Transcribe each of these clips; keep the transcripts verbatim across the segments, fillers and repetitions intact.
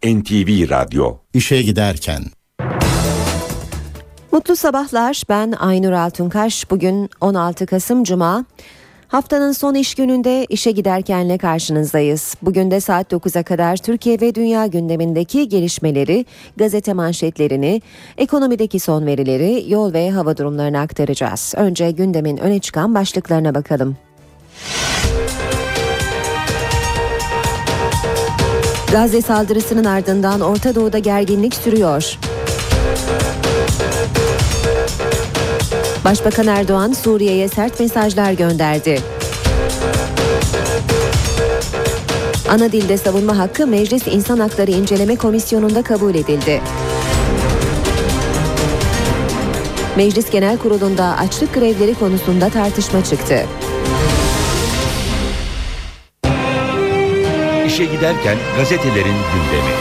N T V Radyo. İşe giderken. Mutlu sabahlar, ben Aynur Altunkaş. Bugün on altı Kasım Cuma. Haftanın son iş gününde işe giderkenle karşınızdayız. Bugün de saat dokuza kadar Türkiye ve dünya gündemindeki gelişmeleri, gazete manşetlerini, ekonomideki son verileri, yol ve hava durumlarını aktaracağız. Önce gündemin öne çıkan başlıklarına bakalım. Gazze saldırısının ardından Orta Doğu'da gerginlik sürüyor. Başbakan Erdoğan Suriye'ye sert mesajlar gönderdi. Ana dilde savunma hakkı Meclis İnsan Hakları İnceleme Komisyonu'nda kabul edildi. Meclis Genel Kurulu'nda açlık grevleri konusunda tartışma çıktı. İşe giderken gazetelerin gündemi.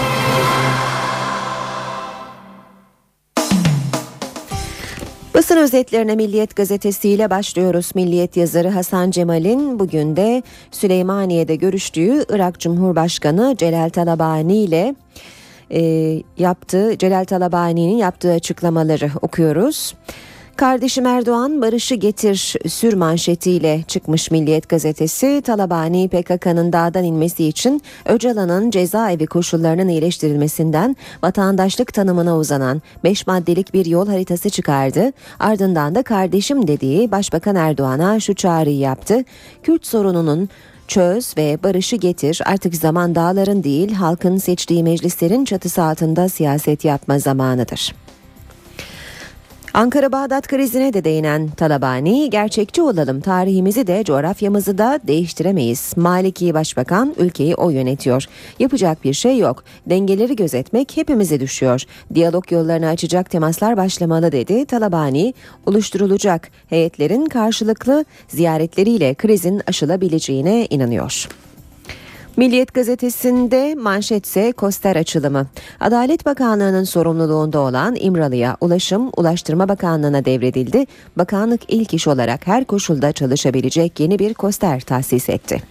Basın özetlerine Milliyet gazetesiyle başlıyoruz. Milliyet yazarı Hasan Cemal'in bugün de Süleymaniye'de görüştüğü Irak Cumhurbaşkanı Celal Talabani ile e, yaptığı Celal Talabani'nin yaptığı açıklamaları okuyoruz. Kardeşim Erdoğan barışı getir sür manşetiyle çıkmış Milliyet gazetesi. Talabani P K K'nın dağdan inmesi için Öcalan'ın cezaevi koşullarının iyileştirilmesinden vatandaşlık tanımına uzanan beş maddelik bir yol haritası çıkardı. Ardından da kardeşim dediği Başbakan Erdoğan'a şu çağrıyı yaptı. Kürt sorununun çöz ve barışı getir, artık zaman dağların değil halkın seçtiği meclislerin çatısı altında siyaset yapma zamanıdır. Ankara-Bağdat krizine de değinen Talabani, gerçekçi olalım, tarihimizi de coğrafyamızı da değiştiremeyiz. Maliki Başbakan, ülkeyi o yönetiyor. Yapacak bir şey yok. Dengeleri gözetmek hepimize düşüyor. Diyalog yollarını açacak temaslar başlamalı dedi. Talabani, oluşturulacak heyetlerin karşılıklı ziyaretleriyle krizin aşılabileceğine inanıyor. Milliyet gazetesinde manşetse Koster açılımı. Adalet Bakanlığı'nın sorumluluğunda olan İmralı'ya Ulaşım, Ulaştırma Bakanlığı'na devredildi. Bakanlık ilk iş olarak her koşulda çalışabilecek yeni bir Koster tahsis etti.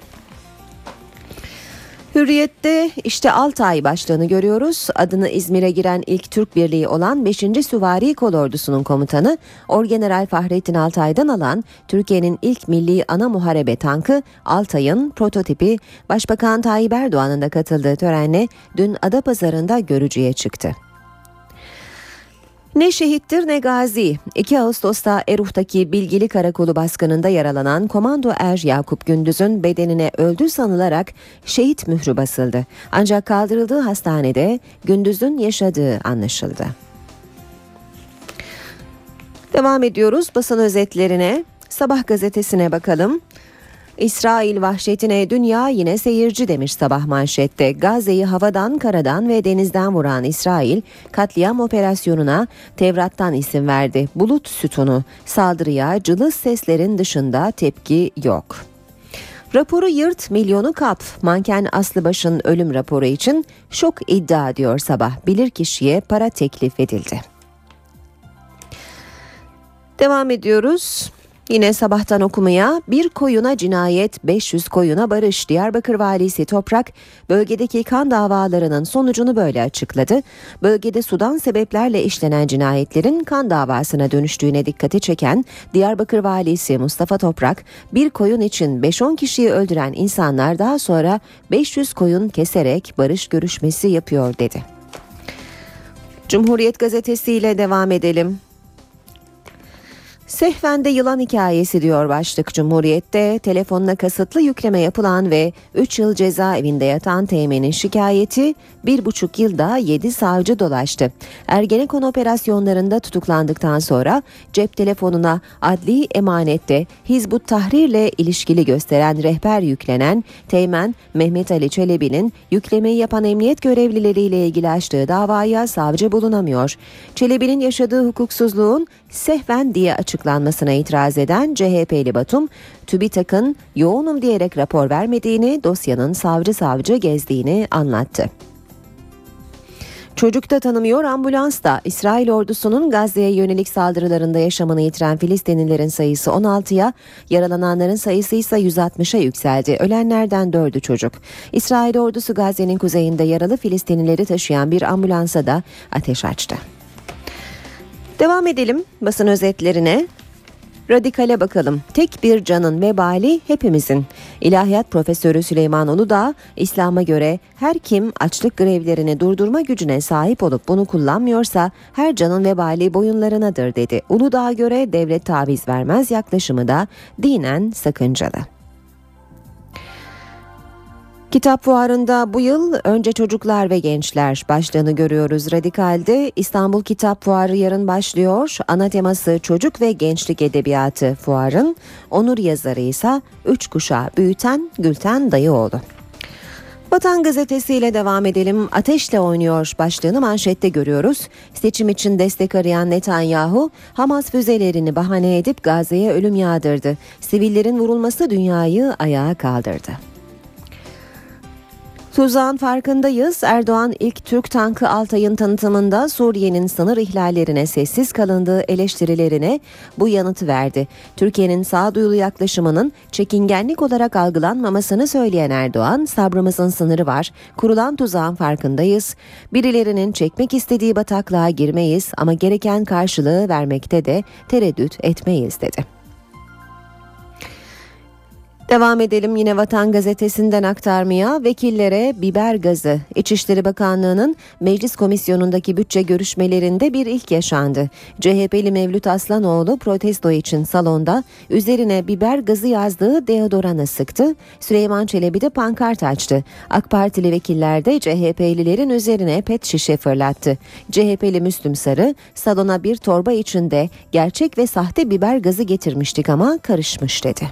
Hürriyet'te işte Altay başlığını görüyoruz. Adını İzmir'e giren ilk Türk birliği olan beşinci Süvari Kolordusu'nun komutanı Orgeneral Fahrettin Altay'dan alan Türkiye'nin ilk milli ana muharebe tankı Altay'ın prototipi Başbakan Tayyip Erdoğan'ın da katıldığı törenle dün Adapazarı'nda görücüye çıktı. Ne şehittir ne gazi. iki Ağustos'ta Eruh'taki Bilgili Karakolu baskınında yaralanan Komando Er Yakup Gündüz'ün bedenine öldü sanılarak şehit mührü basıldı. Ancak kaldırıldığı hastanede Gündüz'ün yaşadığı anlaşıldı. Devam ediyoruz basın özetlerine. Sabah gazetesine bakalım. İsrail vahşetine dünya yine seyirci demiş sabah manşette. Gazze'yi havadan, karadan ve denizden vuran İsrail katliam operasyonuna Tevrat'tan isim verdi. Bulut sütunu, saldırıya cılız seslerin dışında tepki yok. Raporu yırt, milyonu kap. Manken Aslıbaş'ın ölüm raporu için şok iddia diyor sabah. Bilirkişiye para teklif edildi. Devam ediyoruz. Yine sabahtan okumaya, bir koyuna cinayet, beş yüz koyuna barış. Diyarbakır Valisi Toprak, bölgedeki kan davalarının sonucunu böyle açıkladı. Bölgede sudan sebeplerle işlenen cinayetlerin kan davasına dönüştüğüne dikkati çeken Diyarbakır Valisi Mustafa Toprak, bir koyun için beş on kişiyi öldüren insanlar daha sonra beş yüz koyun keserek barış görüşmesi yapıyor dedi. Cumhuriyet gazetesiyle devam edelim. Sehven'de yılan hikayesi diyor başlık Cumhuriyet'te. Telefonuna kasıtlı yükleme yapılan ve üç yıl cezaevinde yatan Teğmen'in şikayeti bir buçuk yılda yedi savcı dolaştı. Ergenekon operasyonlarında tutuklandıktan sonra cep telefonuna adli emanette Hizbut Tahrir'le ilişkili gösteren rehber yüklenen Teğmen Mehmet Ali Çelebi'nin yüklemeyi yapan emniyet görevlileriyle ilgili açtığı davaya savcı bulunamıyor. Çelebi'nin yaşadığı hukuksuzluğun Sehven diye açıklanmasına itiraz eden C H P'li Batum, TÜBİTAK'ın yoğunum diyerek rapor vermediğini, dosyanın savcı savcı gezdiğini anlattı. Çocuk da tanımıyor, ambulans da. İsrail ordusunun Gazze'ye yönelik saldırılarında yaşamını yitiren Filistinlilerin sayısı on altıya, yaralananların sayısı ise yüz altmışa yükseldi. Ölenlerden dördü çocuk. İsrail ordusu Gazze'nin kuzeyinde yaralı Filistinlileri taşıyan bir ambulansa da ateş açtı. Devam edelim basın özetlerine. Radikale bakalım. Tek bir canın vebali hepimizin. İlahiyat Profesörü Süleyman Uludağ, İslam'a göre her kim açlık grevlerini durdurma gücüne sahip olup bunu kullanmıyorsa her canın vebali boyunlarınadır dedi. Uludağ'a göre devlet taviz vermez yaklaşımı da dinen sakıncalı. Kitap fuarında bu yıl önce çocuklar ve gençler başlığını görüyoruz Radikal'de. İstanbul Kitap Fuarı yarın başlıyor. Ana teması çocuk ve gençlik edebiyatı fuarın. Onur yazarı ise üç kuşağı büyüten Gülten Dayıoğlu. Vatan Gazetesi ile devam edelim. Ateşle oynuyor başlığını manşette görüyoruz. Seçim için destek arayan Netanyahu, Hamas füzelerini bahane edip Gazze'ye ölüm yağdırdı. Sivillerin vurulması dünyayı ayağa kaldırdı. Tuzağın farkındayız. Erdoğan ilk Türk tankı Altay'ın tanıtımında Suriye'nin sınır ihlallerine sessiz kalındığı eleştirilerine bu yanıtı verdi. Türkiye'nin sağduyulu yaklaşımının çekingenlik olarak algılanmamasını söyleyen Erdoğan, sabrımızın sınırı var, kurulan tuzağın farkındayız, birilerinin çekmek istediği bataklığa girmeyiz ama gereken karşılığı vermekte de tereddüt etmeyiz dedi. Devam edelim yine Vatan Gazetesi'nden aktarmaya. Vekillere biber gazı. İçişleri Bakanlığı'nın Meclis Komisyonu'ndaki bütçe görüşmelerinde bir ilk yaşandı. C H P'li Mevlüt Aslanoğlu protesto için salonda üzerine biber gazı yazdığı deodoranı sıktı. Süleyman Çelebi de pankart açtı. AK Partili vekiller de C H P'lilerin üzerine pet şişe fırlattı. C H P'li Müslüm Sarı, salona bir torba içinde gerçek ve sahte biber gazı getirmiştik ama karışmış dedi.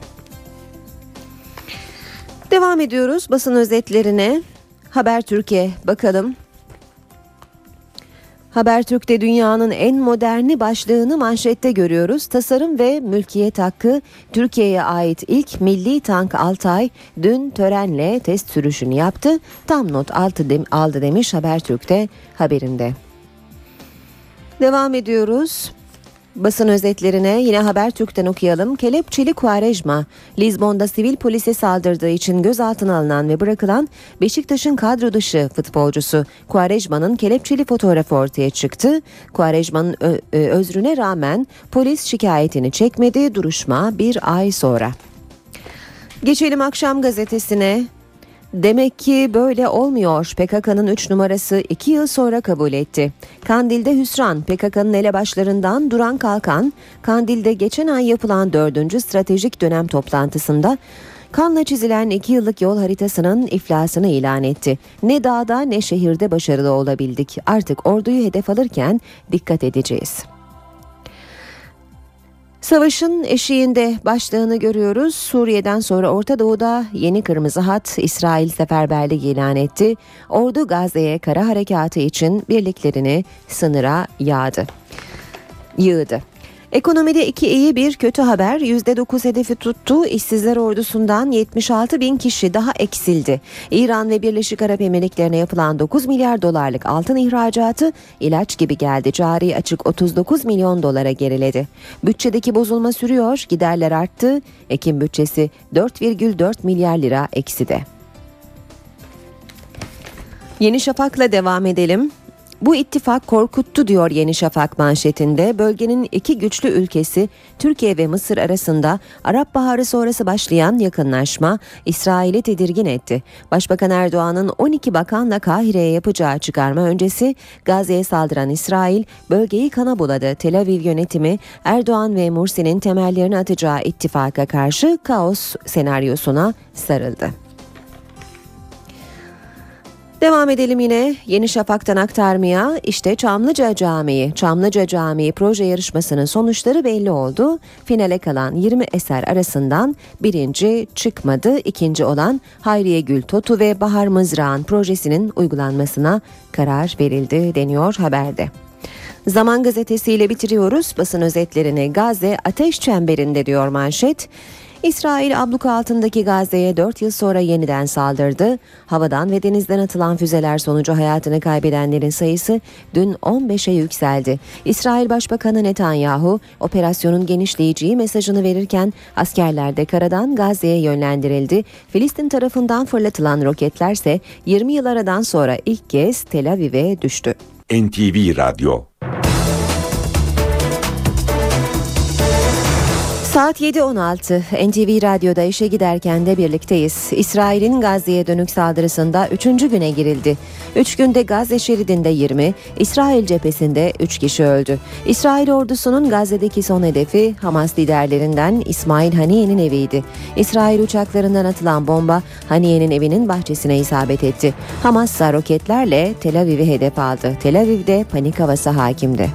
Devam ediyoruz basın özetlerine. Habertürk'e bakalım. Habertürk'te dünyanın en moderni başlığını manşette görüyoruz. Tasarım ve mülkiyet hakkı. Türkiye'ye ait ilk milli tank Altay dün törenle test sürüşünü yaptı. Tam not aldı demiş Habertürk'te haberinde. Devam ediyoruz. Basın özetlerine yine Habertürk'ten okuyalım. Kelepçeli Quaresma, Lizbon'da sivil polise saldırdığı için gözaltına alınan ve bırakılan Beşiktaş'ın kadro dışı futbolcusu Quaresma'nın kelepçeli fotoğrafı ortaya çıktı. Quaresma'nın özrüne rağmen polis şikayetini çekmedi. Duruşma bir ay sonra. Geçelim Akşam Gazetesi'ne. Demek ki böyle olmuyor. P K K'nın üç numarası iki yıl sonra kabul etti. Kandil'de hüsran. P K K'nın elebaşlarından Duran Kalkan, Kandil'de geçen ay yapılan dördüncü stratejik dönem toplantısında kanla çizilen iki yıllık yol haritasının iflasını ilan etti. Ne dağda ne şehirde başarılı olabildik. Artık orduyu hedef alırken dikkat edeceğiz. Savaşın eşiğinde başlığını görüyoruz. Suriye'den sonra Orta Doğu'da yeni kırmızı hat, İsrail seferberlik ilan etti. Ordu Gazze'ye kara harekatı için birliklerini sınıra yağdı. Yığdı. Ekonomide iki iyi bir kötü haber. yüzde dokuz hedefi tuttu. İşsizler ordusundan yetmiş altı bin kişi daha eksildi. İran ve Birleşik Arap Emirlikleri'ne yapılan dokuz milyar dolarlık altın ihracatı ilaç gibi geldi. Cari açık otuz dokuz milyon dolara geriledi. Bütçedeki bozulma sürüyor. Giderler arttı. Ekim bütçesi dört virgül dört milyar lira ekside. Yeni Şafak'la devam edelim. Bu ittifak korkuttu diyor Yeni Şafak manşetinde. Bölgenin iki güçlü ülkesi Türkiye ve Mısır arasında Arap Baharı sonrası başlayan yakınlaşma İsrail'i tedirgin etti. Başbakan Erdoğan'ın on iki bakanla Kahire'ye yapacağı çıkarma öncesi Gazze'ye saldıran İsrail bölgeyi kana buladı. Tel Aviv yönetimi Erdoğan ve Mursi'nin temellerini atacağı ittifaka karşı kaos senaryosuna sarıldı. Devam edelim yine Yeni Şafak'tan aktarmaya. İşte Çamlıca Camii. Çamlıca Camii proje yarışmasının sonuçları belli oldu. Finale kalan yirmi eser arasından birinci çıkmadı. İkinci olan Hayriye Gül Totu ve Bahar Mızrağan projesinin uygulanmasına karar verildi deniyor haberde. Zaman Gazetesi ile bitiriyoruz basın özetlerini. Gazze ateş çemberinde diyor manşet. İsrail abluka altındaki Gazze'ye dört yıl sonra yeniden saldırdı. Havadan ve denizden atılan füzeler sonucu hayatını kaybedenlerin sayısı dün on beşe yükseldi. İsrail Başbakanı Netanyahu operasyonun genişleyeceği mesajını verirken askerler de karadan Gazze'ye yönlendirildi. Filistin tarafından fırlatılan roketlerse yirmi yıl aradan sonra ilk kez Tel Aviv'e düştü. N T V Radyo. Saat yedi on altı. N T V Radyo'da işe giderken de birlikteyiz. İsrail'in Gazze'ye dönük saldırısında üçüncü güne girildi. üç günde Gazze şeridinde yirmi, İsrail cephesinde üç kişi öldü. İsrail ordusunun Gazze'deki son hedefi Hamas liderlerinden İsmail Haniye'nin eviydi. İsrail uçaklarından atılan bomba Haniye'nin evinin bahçesine isabet etti. Hamas ise roketlerle Tel Aviv'i hedef aldı. Tel Aviv'de panik havası hakimdi.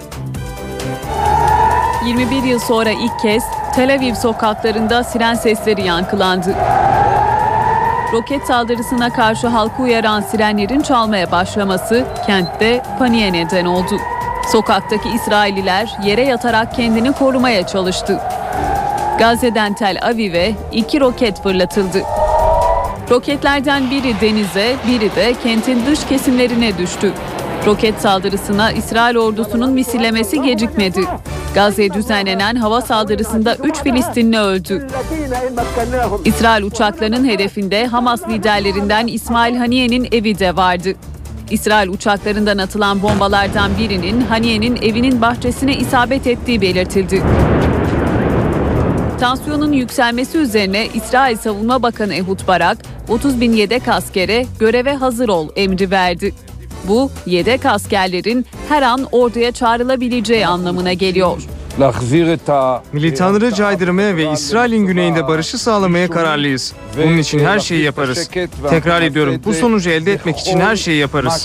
yirmi bir yıl sonra ilk kez Tel Aviv sokaklarında siren sesleri yankılandı. Roket saldırısına karşı halkı uyaran sirenlerin çalmaya başlaması kentte paniğe neden oldu. Sokaktaki İsrailliler yere yatarak kendini korumaya çalıştı. Gazze'den Tel Aviv'e iki roket fırlatıldı. Roketlerden biri denize, biri de kentin dış kesimlerine düştü. Roket saldırısına İsrail ordusunun misillemesi gecikmedi. Gazze'ye düzenlenen hava saldırısında üç Filistinli öldü. İsrail uçaklarının hedefinde Hamas liderlerinden İsmail Haniye'nin evi de vardı. İsrail uçaklarından atılan bombalardan birinin Haniye'nin evinin bahçesine isabet ettiği belirtildi. Tansiyonun yükselmesi üzerine İsrail Savunma Bakanı Ehud Barak, otuz bin yedek askere göreve hazır ol emri verdi. Bu, yedek askerlerin her an orduya çağrılabileceği anlamına geliyor. Militanları caydırmaya ve İsrail'in güneyinde barışı sağlamaya kararlıyız. Bunun için her şeyi yaparız. Tekrar ediyorum, bu sonucu elde etmek için her şeyi yaparız.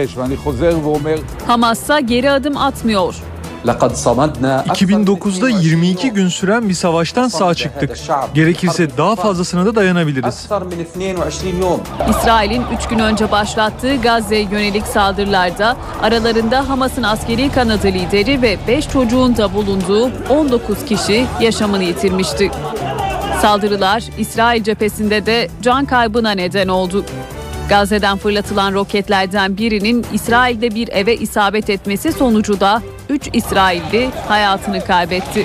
Hamas ise geri adım atmıyor. iki bin dokuzda yirmi iki gün süren bir savaştan sağ çıktık. Gerekirse daha fazlasına da dayanabiliriz. İsrail'in üç gün önce başlattığı Gazze'ye yönelik saldırılarda aralarında Hamas'ın askeri kanadı lideri ve beş çocuğun da bulunduğu on dokuz kişi yaşamını yitirmişti. Saldırılar İsrail cephesinde de can kaybına neden oldu. Gazze'den fırlatılan roketlerden birinin İsrail'de bir eve isabet etmesi sonucu da üç İsrailli hayatını kaybetti.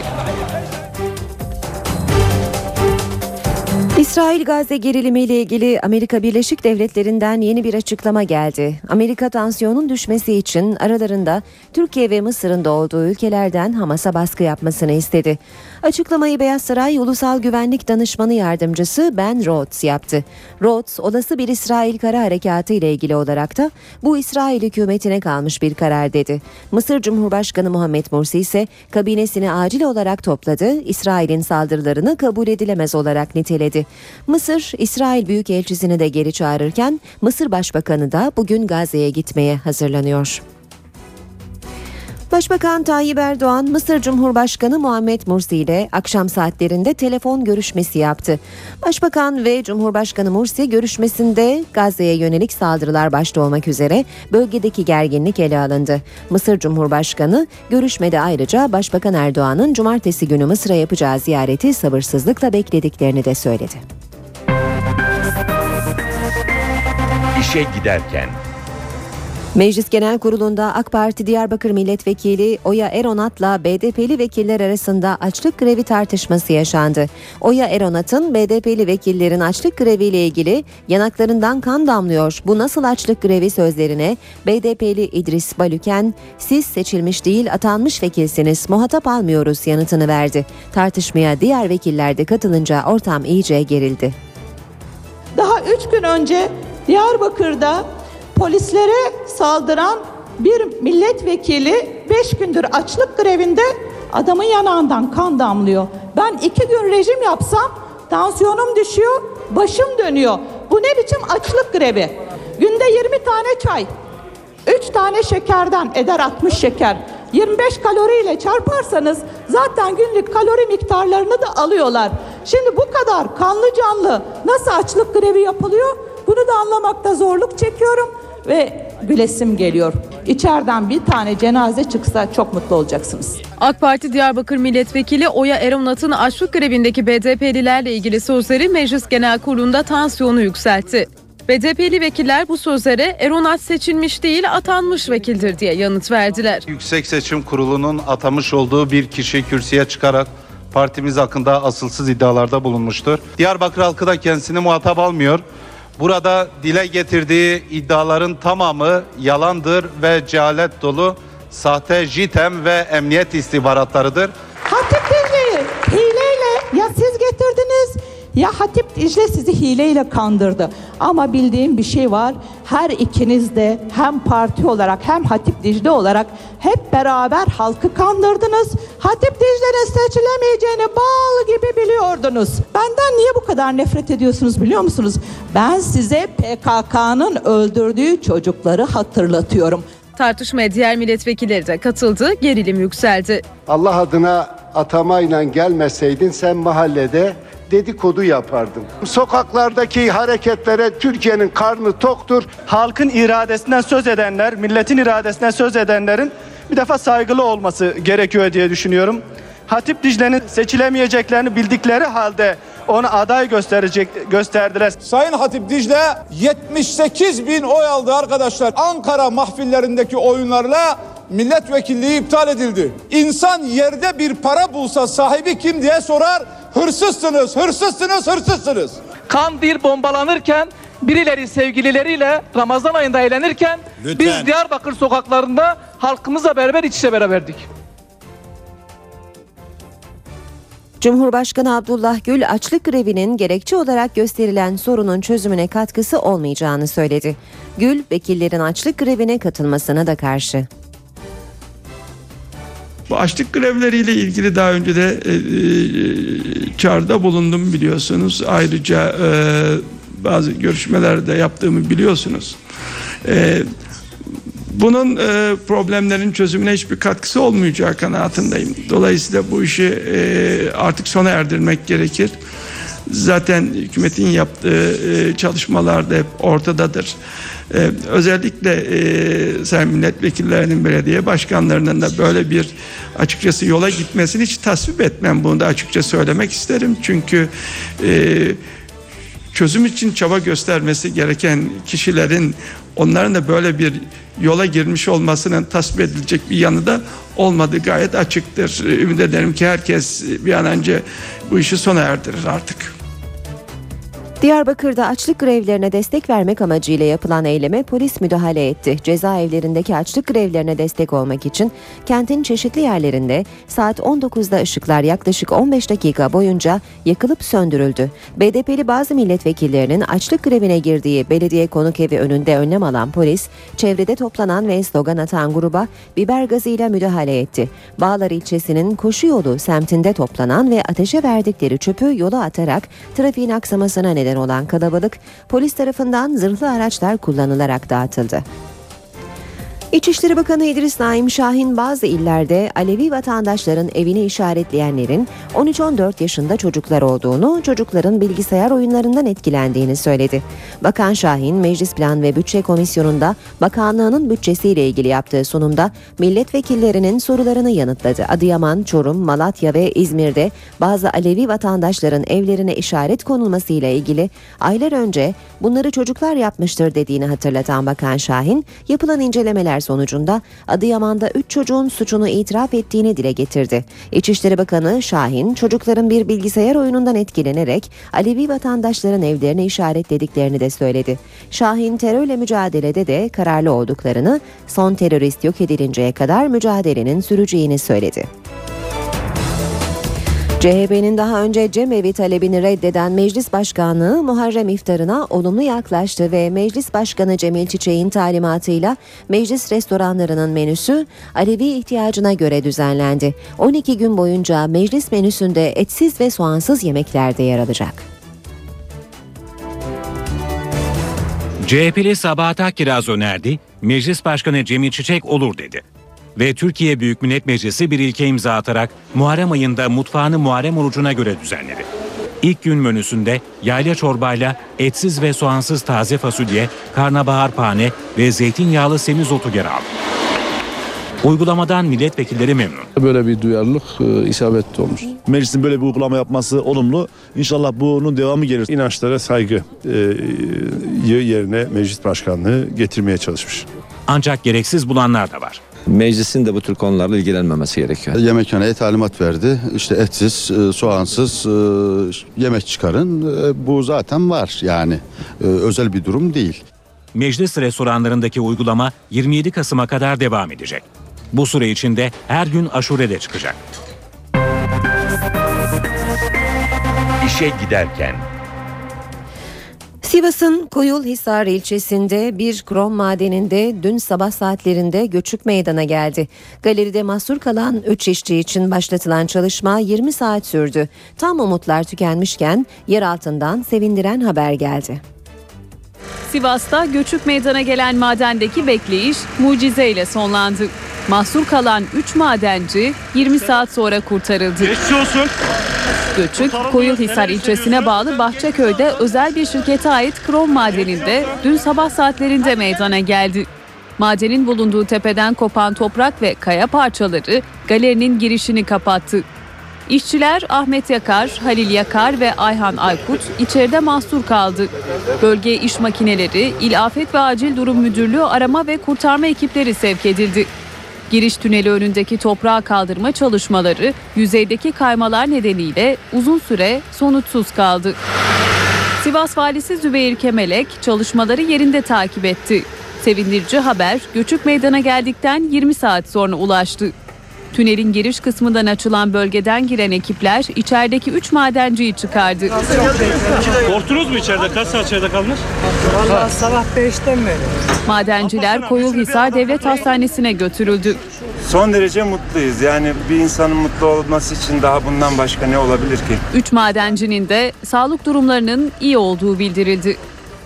İsrail-Gazze gerilimiyle ilgili Amerika Birleşik Devletleri'nden yeni bir açıklama geldi. Amerika tansiyonun düşmesi için aralarında Türkiye ve Mısır'ın da olduğu ülkelerden Hamas'a baskı yapmasını istedi. Açıklamayı Beyaz Saray Ulusal Güvenlik Danışmanı Yardımcısı Ben Rhodes yaptı. Rhodes, olası bir İsrail kara harekatı ile ilgili olarak da bu İsrail hükümetine kalmış bir karar dedi. Mısır Cumhurbaşkanı Muhammed Mursi ise kabinesini acil olarak topladı, İsrail'in saldırılarını kabul edilemez olarak niteledi. Mısır, İsrail Büyükelçisini de geri çağırırken Mısır Başbakanı da bugün Gazze'ye gitmeye hazırlanıyor. Başbakan Tayyip Erdoğan, Mısır Cumhurbaşkanı Muhammed Mursi ile akşam saatlerinde telefon görüşmesi yaptı. Başbakan ve Cumhurbaşkanı Mursi görüşmesinde Gazze'ye yönelik saldırılar başta olmak üzere bölgedeki gerginlik ele alındı. Mısır Cumhurbaşkanı görüşmede ayrıca Başbakan Erdoğan'ın cumartesi günü Mısır'a yapacağı ziyareti sabırsızlıkla beklediklerini de söyledi. İşe giderken. Meclis Genel Kurulu'nda AK Parti Diyarbakır Milletvekili Oya Eronat'la B D P'li vekiller arasında açlık grevi tartışması yaşandı. Oya Eronat'ın B D P'li vekillerin açlık greviyle ilgili yanaklarından kan damlıyor, bu nasıl açlık grevi sözlerine B D P'li İdris Balüken, siz seçilmiş değil atanmış vekilsiniz, muhatap almıyoruz yanıtını verdi. Tartışmaya diğer vekiller de katılınca ortam iyice gerildi. Daha üç gün önce Diyarbakır'da polislere saldıran bir milletvekili beş gündür açlık grevinde, adamın yanağından kan damlıyor. Ben iki gün rejim yapsam tansiyonum düşüyor, başım dönüyor. Bu ne biçim açlık grevi? Günde yirmi tane çay, üç tane şekerden eder altmış şeker. yirmi beş kaloriyle çarparsanız zaten günlük kalori miktarlarını da alıyorlar. Şimdi bu kadar kanlı canlı nasıl açlık grevi yapılıyor? Bunu da anlamakta zorluk çekiyorum ve gülesim geliyor. İçeriden bir tane cenaze çıksa çok mutlu olacaksınız. AK Parti Diyarbakır Milletvekili Oya Eronat'ın açlık grevindeki B D P'lilerle ilgili sözleri Meclis Genel Kurulu'nda tansiyonu yükseltti. B D P'li vekiller bu sözlere Eronat seçilmiş değil atanmış vekildir diye yanıt verdiler. Yüksek Seçim Kurulu'nun atamış olduğu bir kişi kürsüye çıkarak partimiz hakkında asılsız iddialarda bulunmuştur. Diyarbakır halkı da kendisini muhatap almıyor. Burada dile getirdiği iddiaların tamamı yalandır ve cehalet dolu sahte JITEM ve emniyet istihbaratlarıdır. Hatip Dicle'yi hileyle ya siz getirdiniz ya Hatip Dicle sizi hileyle kandırdı. Ama bildiğim bir şey var. Her ikiniz de hem parti olarak hem Hatip Dicle olarak hep beraber halkı kandırdınız. Hatip Dicle'nin seçilemeyeceğini bal gibi biliyordunuz. Benden niye bu kadar nefret ediyorsunuz biliyor musunuz? Ben size P K K'nın öldürdüğü çocukları hatırlatıyorum. Tartışmaya diğer milletvekilleri de katıldı, gerilim yükseldi. Allah adına atamayla gelmeseydin sen mahallede dedikodu yapardın. Sokaklardaki hareketlere Türkiye'nin karnı toktur. Halkın iradesinden söz edenler, milletin iradesinden söz edenlerin bir defa saygılı olması gerekiyor diye düşünüyorum. Hatip Dicle'nin seçilemeyeceklerini bildikleri halde onu aday gösterecek gösterdiler. Sayın Hatip Dicle yetmiş sekiz bin oy aldı arkadaşlar. Ankara mahfillerindeki oyunlarla milletvekilliği iptal edildi. İnsan yerde bir para bulsa sahibi kim diye sorar. Hırsızsınız, hırsızsınız, hırsızsınız. Kandil bombalanırken birileri sevgilileriyle Ramazan ayında eğlenirken Lütfen. Biz Diyarbakır sokaklarında halkımızla beraber iç içe beraberdik. Cumhurbaşkanı Abdullah Gül açlık grevinin gerekçe olarak gösterilen sorunun çözümüne katkısı olmayacağını söyledi. Gül, vekillerin açlık grevine katılmasına da karşı. Bu açlık grevleriyle ilgili daha önce de e, e, çağrıda bulundum biliyorsunuz. Ayrıca e, bazı görüşmelerde yaptığımı biliyorsunuz. E, bunun e, problemlerin çözümüne hiçbir katkısı olmayacağı kanaatindeyim. Dolayısıyla bu işi e, artık sona erdirmek gerekir. Zaten hükümetin yaptığı e, çalışmalar da hep ortadadır. Ee, özellikle e, sayın milletvekillerinin, belediye başkanlarının da böyle bir açıkçası yola gitmesini hiç tasvip etmem. Bunu da açıkça söylemek isterim. Çünkü e, çözüm için çaba göstermesi gereken kişilerin, onların da böyle bir yola girmiş olmasının tasvip edilecek bir yanı da olmadığı gayet açıktır. Ümit ederim ki herkes bir an önce bu işi sona erdirir artık. Diyarbakır'da açlık grevlerine destek vermek amacıyla yapılan eyleme polis müdahale etti. Cezaevlerindeki açlık grevlerine destek olmak için kentin çeşitli yerlerinde saat on dokuzda ışıklar yaklaşık on beş dakika boyunca yakılıp söndürüldü. B D P'li bazı milletvekillerinin açlık grevine girdiği belediye konukevi önünde önlem alan polis, çevrede toplanan ve slogan atan gruba biber gazıyla müdahale etti. Bağlar ilçesinin Koşu Yolu semtinde toplanan ve ateşe verdikleri çöpü yola atarak trafiğin aksamasına neden olan kalabalık polis tarafından zırhlı araçlar kullanılarak dağıtıldı. İçişleri Bakanı İdris Naim Şahin bazı illerde Alevi vatandaşların evini işaretleyenlerin on üç on dört yaşında çocuklar olduğunu, çocukların bilgisayar oyunlarından etkilendiğini söyledi. Bakan Şahin, Meclis Plan ve Bütçe Komisyonu'nda bakanlığının bütçesiyle ilgili yaptığı sunumda milletvekillerinin sorularını yanıtladı. Adıyaman, Çorum, Malatya ve İzmir'de bazı Alevi vatandaşların evlerine işaret konulmasıyla ilgili aylar önce bunları çocuklar yapmıştır dediğini hatırlatan Bakan Şahin, yapılan incelemeler sonucunda Adıyaman'da üç çocuğun suçunu itiraf ettiğini dile getirdi. İçişleri Bakanı Şahin, çocukların bir bilgisayar oyunundan etkilenerek Alevi vatandaşların evlerini işaretlediklerini de söyledi. Şahin, terörle mücadelede de kararlı olduklarını, son terörist yok edilinceye kadar mücadelenin süreceğini söyledi. C H P'nin daha önce cemevi talebini reddeden Meclis Başkanlığı Muharrem İftarı'na olumlu yaklaştı ve Meclis Başkanı Cemil Çiçek'in talimatıyla meclis restoranlarının menüsü Alevi ihtiyacına göre düzenlendi. on iki gün boyunca meclis menüsünde etsiz ve soğansız yemekler de yer alacak. C H P'li Sabahat Akkiraz önerdi, Meclis Başkanı Cemil Çiçek olur dedi. Ve Türkiye Büyük Millet Meclisi bir ilke imza atarak Muharrem ayında mutfağını Muharrem orucuna göre düzenledi. İlk gün menüsünde yayla çorbayla etsiz ve soğansız taze fasulye, karnabahar pane ve zeytinyağlı semizotu yer aldı. Uygulamadan milletvekilleri memnun. Böyle bir duyarlılık e, isabetli olmuş. Meclisin böyle bir uygulama yapması olumlu. İnşallah bunun devamı gelir. İnançlara saygı e, yerine meclis başkanlığı getirmeye çalışmış. Ancak gereksiz bulanlar da var. Meclisin de bu tür konularla ilgilenmemesi gerekiyor. Yemekhaneye talimat verdi. İşte etsiz, soğansız yemek çıkarın. Bu zaten var yani. Özel bir durum değil. Meclis restoranlarındaki uygulama yirmi yedi Kasım'a kadar devam edecek. Bu süre içinde her gün aşurede çıkacak. İşe giderken. Sivas'ın Koyulhisar ilçesinde bir krom madeninde dün sabah saatlerinde göçük meydana geldi. Galeride mahsur kalan üç işçi için başlatılan çalışma yirmi saat sürdü. Tam umutlar tükenmişken yer altından sevindiren haber geldi. Sivas'ta göçük meydana gelen madendeki bekleyiş mucizeyle sonlandı. Mahsur kalan üç madenci yirmi saat sonra kurtarıldı. Geçmiş olsun. Göçük, Koyulhisar ilçesine bağlı Bahçeköy'de özel bir şirkete ait krom madeninde dün sabah saatlerinde meydana geldi. Madenin bulunduğu tepeden kopan toprak ve kaya parçaları galerinin girişini kapattı. İşçiler Ahmet Yakar, Halil Yakar ve Ayhan Aykut içeride mahsur kaldı. Bölgeye iş makineleri, İl Afet ve Acil Durum Müdürlüğü arama ve kurtarma ekipleri sevk edildi. Giriş tüneli önündeki toprağı kaldırma çalışmaları yüzeydeki kaymalar nedeniyle uzun süre sonuçsuz kaldı. Sivas Valisi Zübeyir Kemelek çalışmaları yerinde takip etti. Sevindirici haber göçük meydana geldikten yirmi saat sonra ulaştı. Tünelin giriş kısmından açılan bölgeden giren ekipler içerideki üç madenciyi çıkardı. Korktunuz mu içeride? Kaç saat içeride kaldınız? Vallahi sabah beşten beri. Madenciler Koyulhisar Devlet Hastanesi'ne götürüldü. Son derece mutluyuz. Yani bir insanın mutlu olması için daha bundan başka ne olabilir ki? Üç madencinin de sağlık durumlarının iyi olduğu bildirildi.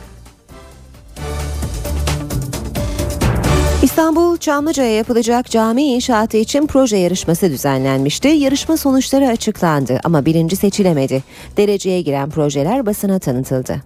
İstanbul Çamlıca'ya yapılacak cami inşaatı için proje yarışması düzenlenmişti. Yarışma sonuçları açıklandı ama birinci seçilemedi. Dereceye giren projeler basına tanıtıldı.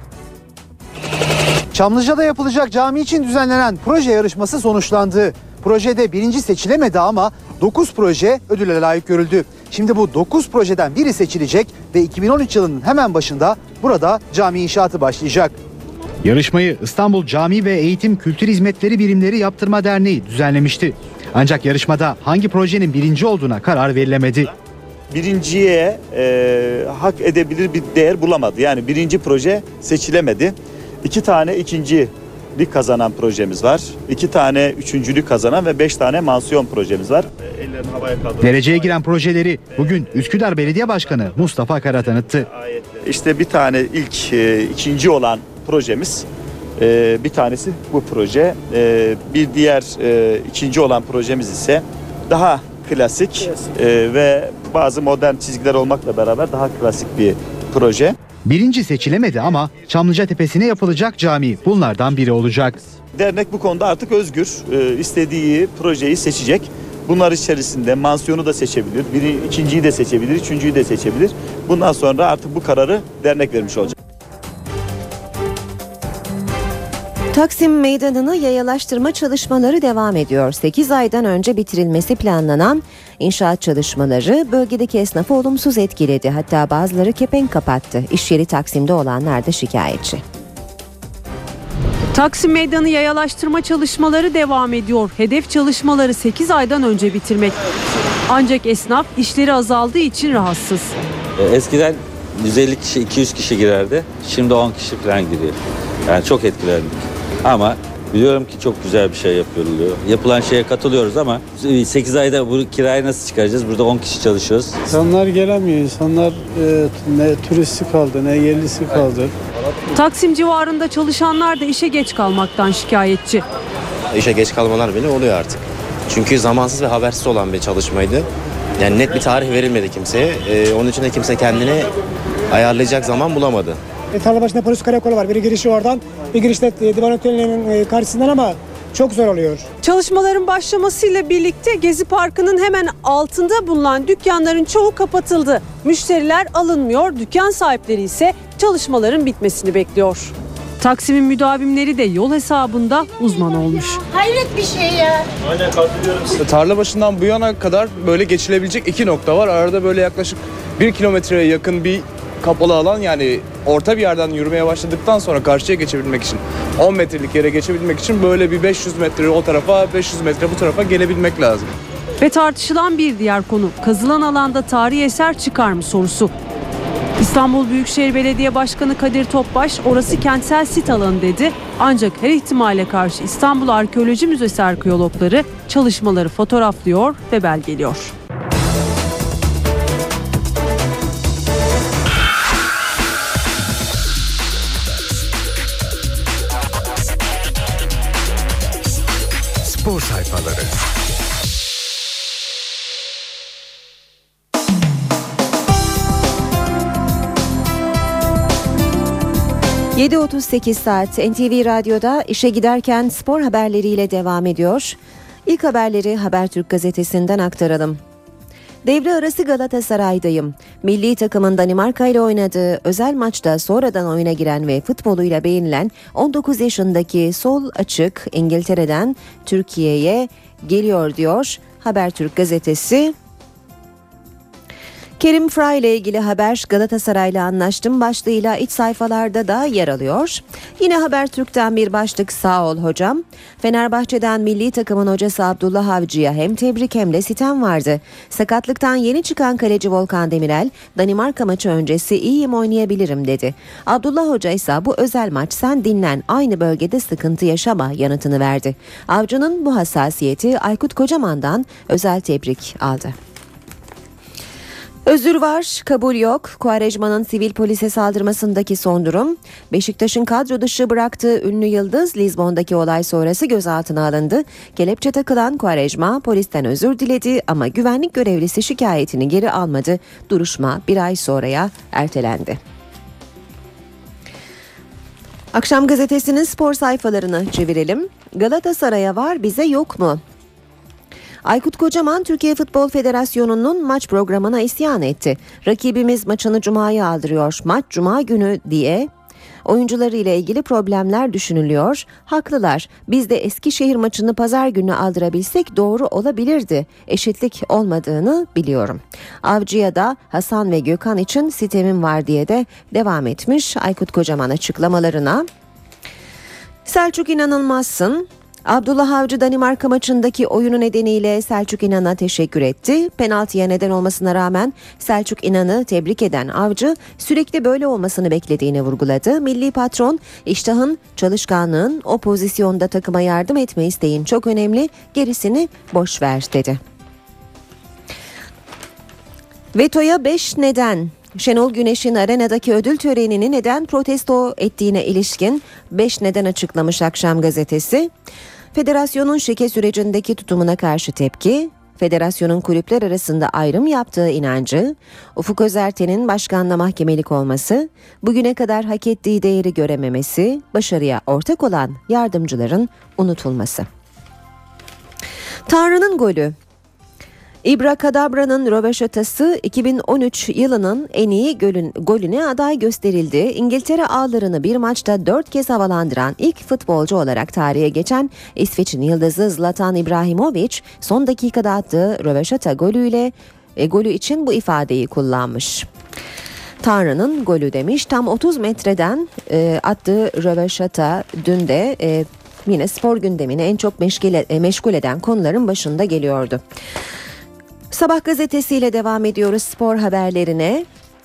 Çamlıca'da yapılacak cami için düzenlenen proje yarışması sonuçlandı. Projede birinci seçilemedi ama dokuz proje ödüle layık görüldü. Şimdi bu dokuz projeden biri seçilecek ve iki bin on üç yılının hemen başında burada cami inşaatı başlayacak. Yarışmayı İstanbul Cami ve Eğitim Kültür Hizmetleri Birimleri Yaptırma Derneği düzenlemişti. Ancak yarışmada hangi projenin birinci olduğuna karar verilemedi. Birinciye e, hak edebilir bir değer bulamadı. Yani birinci proje seçilemedi. İki tane ikincilik kazanan projemiz var. İki tane üçüncülük kazanan ve beş tane mansiyon projemiz var. Dereceye giren projeleri bugün Üsküdar Belediye Başkanı Mustafa Kara tanıttı. İşte bir tane ilk e, ikinci olan projemiz, e, bir tanesi bu proje. E, bir diğer e, ikinci olan projemiz ise daha klasik e, ve bazı modern çizgiler olmakla beraber daha klasik bir proje. Birinci seçilemedi ama Çamlıca Tepesi'ne yapılacak cami bunlardan biri olacak. Dernek bu konuda artık özgür. E, istediği projeyi seçecek. Bunlar içerisinde mansiyonu da seçebilir, biri, ikinciyi de seçebilir, üçüncüyü de seçebilir. Bundan sonra artık bu kararı dernek vermiş olacak. Taksim Meydanı'nı yayalaştırma çalışmaları devam ediyor. sekiz aydan önce bitirilmesi planlanan inşaat çalışmaları bölgedeki esnafı olumsuz etkiledi. Hatta bazıları kepenk kapattı. İş yeri Taksim'de olanlar da şikayetçi. Taksim Meydanı yayalaştırma çalışmaları devam ediyor. Hedef çalışmaları sekiz aydan önce bitirmek. Ancak esnaf işleri azaldığı için rahatsız. Eskiden yüz elli kişi, iki yüz kişi girerdi. Şimdi on kişi falan giriyor. Yani çok etkilendik. Ama biliyorum ki çok güzel bir şey yapılıyor. Yapılan şeye katılıyoruz ama sekiz ayda bu kirayı nasıl çıkaracağız? Burada on kişi çalışıyoruz. İnsanlar gelemiyor. İnsanlar e, ne turisti kaldı ne yerlisi kaldı. Taksim civarında çalışanlar da işe geç kalmaktan şikayetçi. İşe geç kalmalar bile oluyor artık. Çünkü zamansız ve habersiz olan bir çalışmaydı. Yani net bir tarih verilmedi kimseye. E, onun için de kimse kendini ayarlayacak zaman bulamadı. E, tarla başında polis karakolu var. Biri girişi oradan, bir girişte divan otelinin karşısından ama çok zor oluyor. Çalışmaların başlamasıyla birlikte Gezi Parkı'nın hemen altında bulunan dükkanların çoğu kapatıldı. Müşteriler alınmıyor, dükkan sahipleri ise çalışmaların bitmesini bekliyor. Taksim'in müdavimleri de yol hesabında uzman olmuş. Hayret bir şey ya. Aynen katılıyorum. Tarla başından bu yana kadar böyle geçilebilecek iki nokta var. Arada böyle yaklaşık bir kilometreye yakın bir kapalı alan, yani orta bir yerden yürümeye başladıktan sonra karşıya geçebilmek için, on metrelik yere geçebilmek için böyle bir beş yüz metre o tarafa, beş yüz metre bu tarafa gelebilmek lazım. Ve tartışılan bir diğer konu, kazılan alanda tarihi eser çıkar mı sorusu. İstanbul Büyükşehir Belediye Başkanı Kadir Topbaş orası kentsel sit alanı dedi. Ancak her ihtimale karşı İstanbul Arkeoloji Müzesi arkeologları çalışmaları fotoğraflıyor ve belgeliyor. Spor sayfaları. yedi otuz sekiz saat N T V Radyo'da işe giderken spor haberleriyle devam ediyor. İlk haberleri Habertürk gazetesinden aktaralım. Devre arası Galatasaray'dayım. Milli takımın Danimarka ile oynadığı özel maçta sonradan oyuna giren ve futboluyla beğenilen on dokuz yaşındaki sol açık İngiltere'den Türkiye'ye geliyor diyor Habertürk gazetesi. Kerim Fry ile ilgili haber Galatasaray'la anlaştım başlığıyla iç sayfalarda da yer alıyor. Yine Habertürk'ten bir başlık sağ ol hocam. Fenerbahçe'den milli takımın hocası Abdullah Avcı'ya hem tebrik hem de sitem vardı. Sakatlıktan yeni çıkan kaleci Volkan Demirel, Danimarka maçı öncesi iyiyim oynayabilirim dedi. Abdullah Hoca ise bu özel maç sen dinlen aynı bölgede sıkıntı yaşama yanıtını verdi. Avcı'nın bu hassasiyeti Aykut Kocaman'dan özel tebrik aldı. Özür var, kabul yok. Quaresma'nın sivil polise saldırmasındaki son durum. Beşiktaş'ın kadro dışı bıraktığı ünlü yıldız Lizbon'daki olay sonrası gözaltına alındı. Kelepçe takılan Quaresma polisten özür diledi ama güvenlik görevlisi şikayetini geri almadı. Duruşma bir ay sonraya ertelendi. Akşam gazetesinin spor sayfalarını çevirelim. Galatasaray'a var bize yok mu? Aykut Kocaman Türkiye Futbol Federasyonu'nun maç programına isyan etti. Rakibimiz maçını Cuma'ya aldırıyor. Maç Cuma günü diye oyuncuları ile ilgili problemler düşünülüyor. Haklılar. Biz de Eskişehir maçını pazar günü aldırabilsek doğru olabilirdi. Eşitlik olmadığını biliyorum. Avcı'ya da Hasan ve Gökhan için sitemim var diye de devam etmiş Aykut Kocaman açıklamalarına. Selçuk inanılmazsın. Abdullah Avcı Danimarka maçındaki oyunu nedeniyle Selçuk İnan'a teşekkür etti. Penaltıya neden olmasına rağmen Selçuk İnan'ı tebrik eden Avcı sürekli böyle olmasını beklediğini vurguladı. Milli patron iştahın, çalışkanlığın, o pozisyonda takıma yardım etme isteğin çok önemli, gerisini boş ver dedi. Vetoya beş neden. Şenol Güneş'in arenadaki ödül törenini neden protesto ettiğine ilişkin beş neden açıklamış Akşam gazetesi. Federasyonun şike sürecindeki tutumuna karşı tepki, federasyonun kulüpler arasında ayrım yaptığı inancı, Ufuk Özerten'in başkanla mahkemelik olması, bugüne kadar hak ettiği değeri görememesi, başarıya ortak olan yardımcıların unutulması. Tanrı'nın golü. İbrakadabra'nın röveşatası iki bin on üç yılının en iyi golün, golüne aday gösterildi. İngiltere ağlarını bir maçta dört kez havalandıran ilk futbolcu olarak tarihe geçen İsveç'in yıldızı Zlatan İbrahimovic son dakikada attığı röveşata golüyle e, golü için bu ifadeyi kullanmış. Tanrı'nın golü demiş. Tam otuz metreden e, attığı röveşata dün de e, yine spor gündemini en çok meşgul, e, meşgul eden konuların başında geliyordu. Sabah gazetesiyle devam ediyoruz spor haberlerine.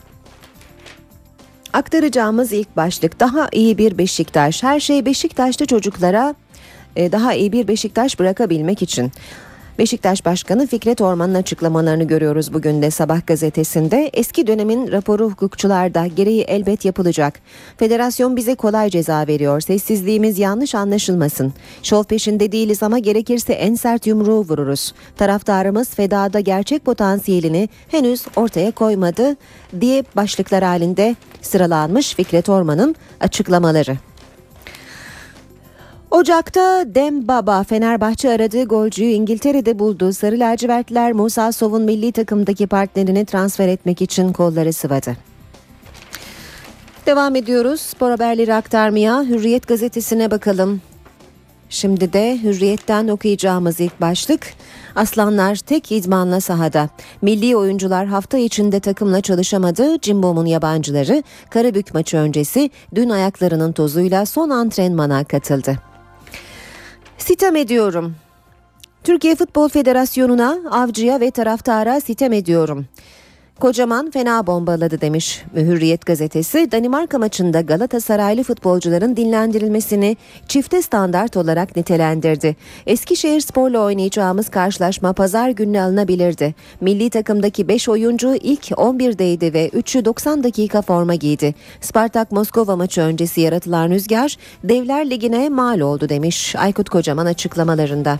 Aktaracağımız ilk başlık daha iyi bir Beşiktaş. Her şey Beşiktaşlı çocuklara daha iyi bir Beşiktaş bırakabilmek için. Beşiktaş Başkanı Fikret Orman'ın açıklamalarını görüyoruz bugün de Sabah gazetesinde. Eski dönemin raporu hukukçularda gereği elbet yapılacak. Federasyon bize kolay ceza veriyor. Sessizliğimiz yanlış anlaşılmasın. Şov peşinde değiliz ama gerekirse en sert yumruğu vururuz. Taraftarımız fedada gerçek potansiyelini henüz ortaya koymadı diye başlıklar halinde sıralanmış Fikret Orman'ın açıklamaları. Ocak'ta Dembaba Fenerbahçe aradığı golcüyü İngiltere'de buldu. Sarı lacivertler Musa Sow'un milli takımdaki partnerini transfer etmek için kolları sıvadı. Devam ediyoruz. Spor haberleri aktarmaya. Hürriyet gazetesine bakalım. Şimdi de Hürriyet'ten okuyacağımız ilk başlık. Aslanlar tek idmanla sahada. Milli oyuncular hafta içinde takımla çalışamadı. Cimbom'un yabancıları Karabük maçı öncesi dün ayaklarının tozuyla son antrenmana katıldı. Sitem ediyorum. Türkiye Futbol Federasyonu'na, avcıya ve taraftara sitem ediyorum. Kocaman fena bombaladı demiş Hürriyet gazetesi. Danimarka maçında Galatasaraylı futbolcuların dinlendirilmesini çifte standart olarak nitelendirdi. Eskişehirspor'la oynayacağımız karşılaşma pazar gününe alınabilirdi. Milli takımdaki beş oyuncu ilk on birdeydi ve üçü doksan dakika forma giydi. Spartak Moskova maçı öncesi yaratılan rüzgar Devler Ligi'ne mal oldu demiş Aykut Kocaman açıklamalarında.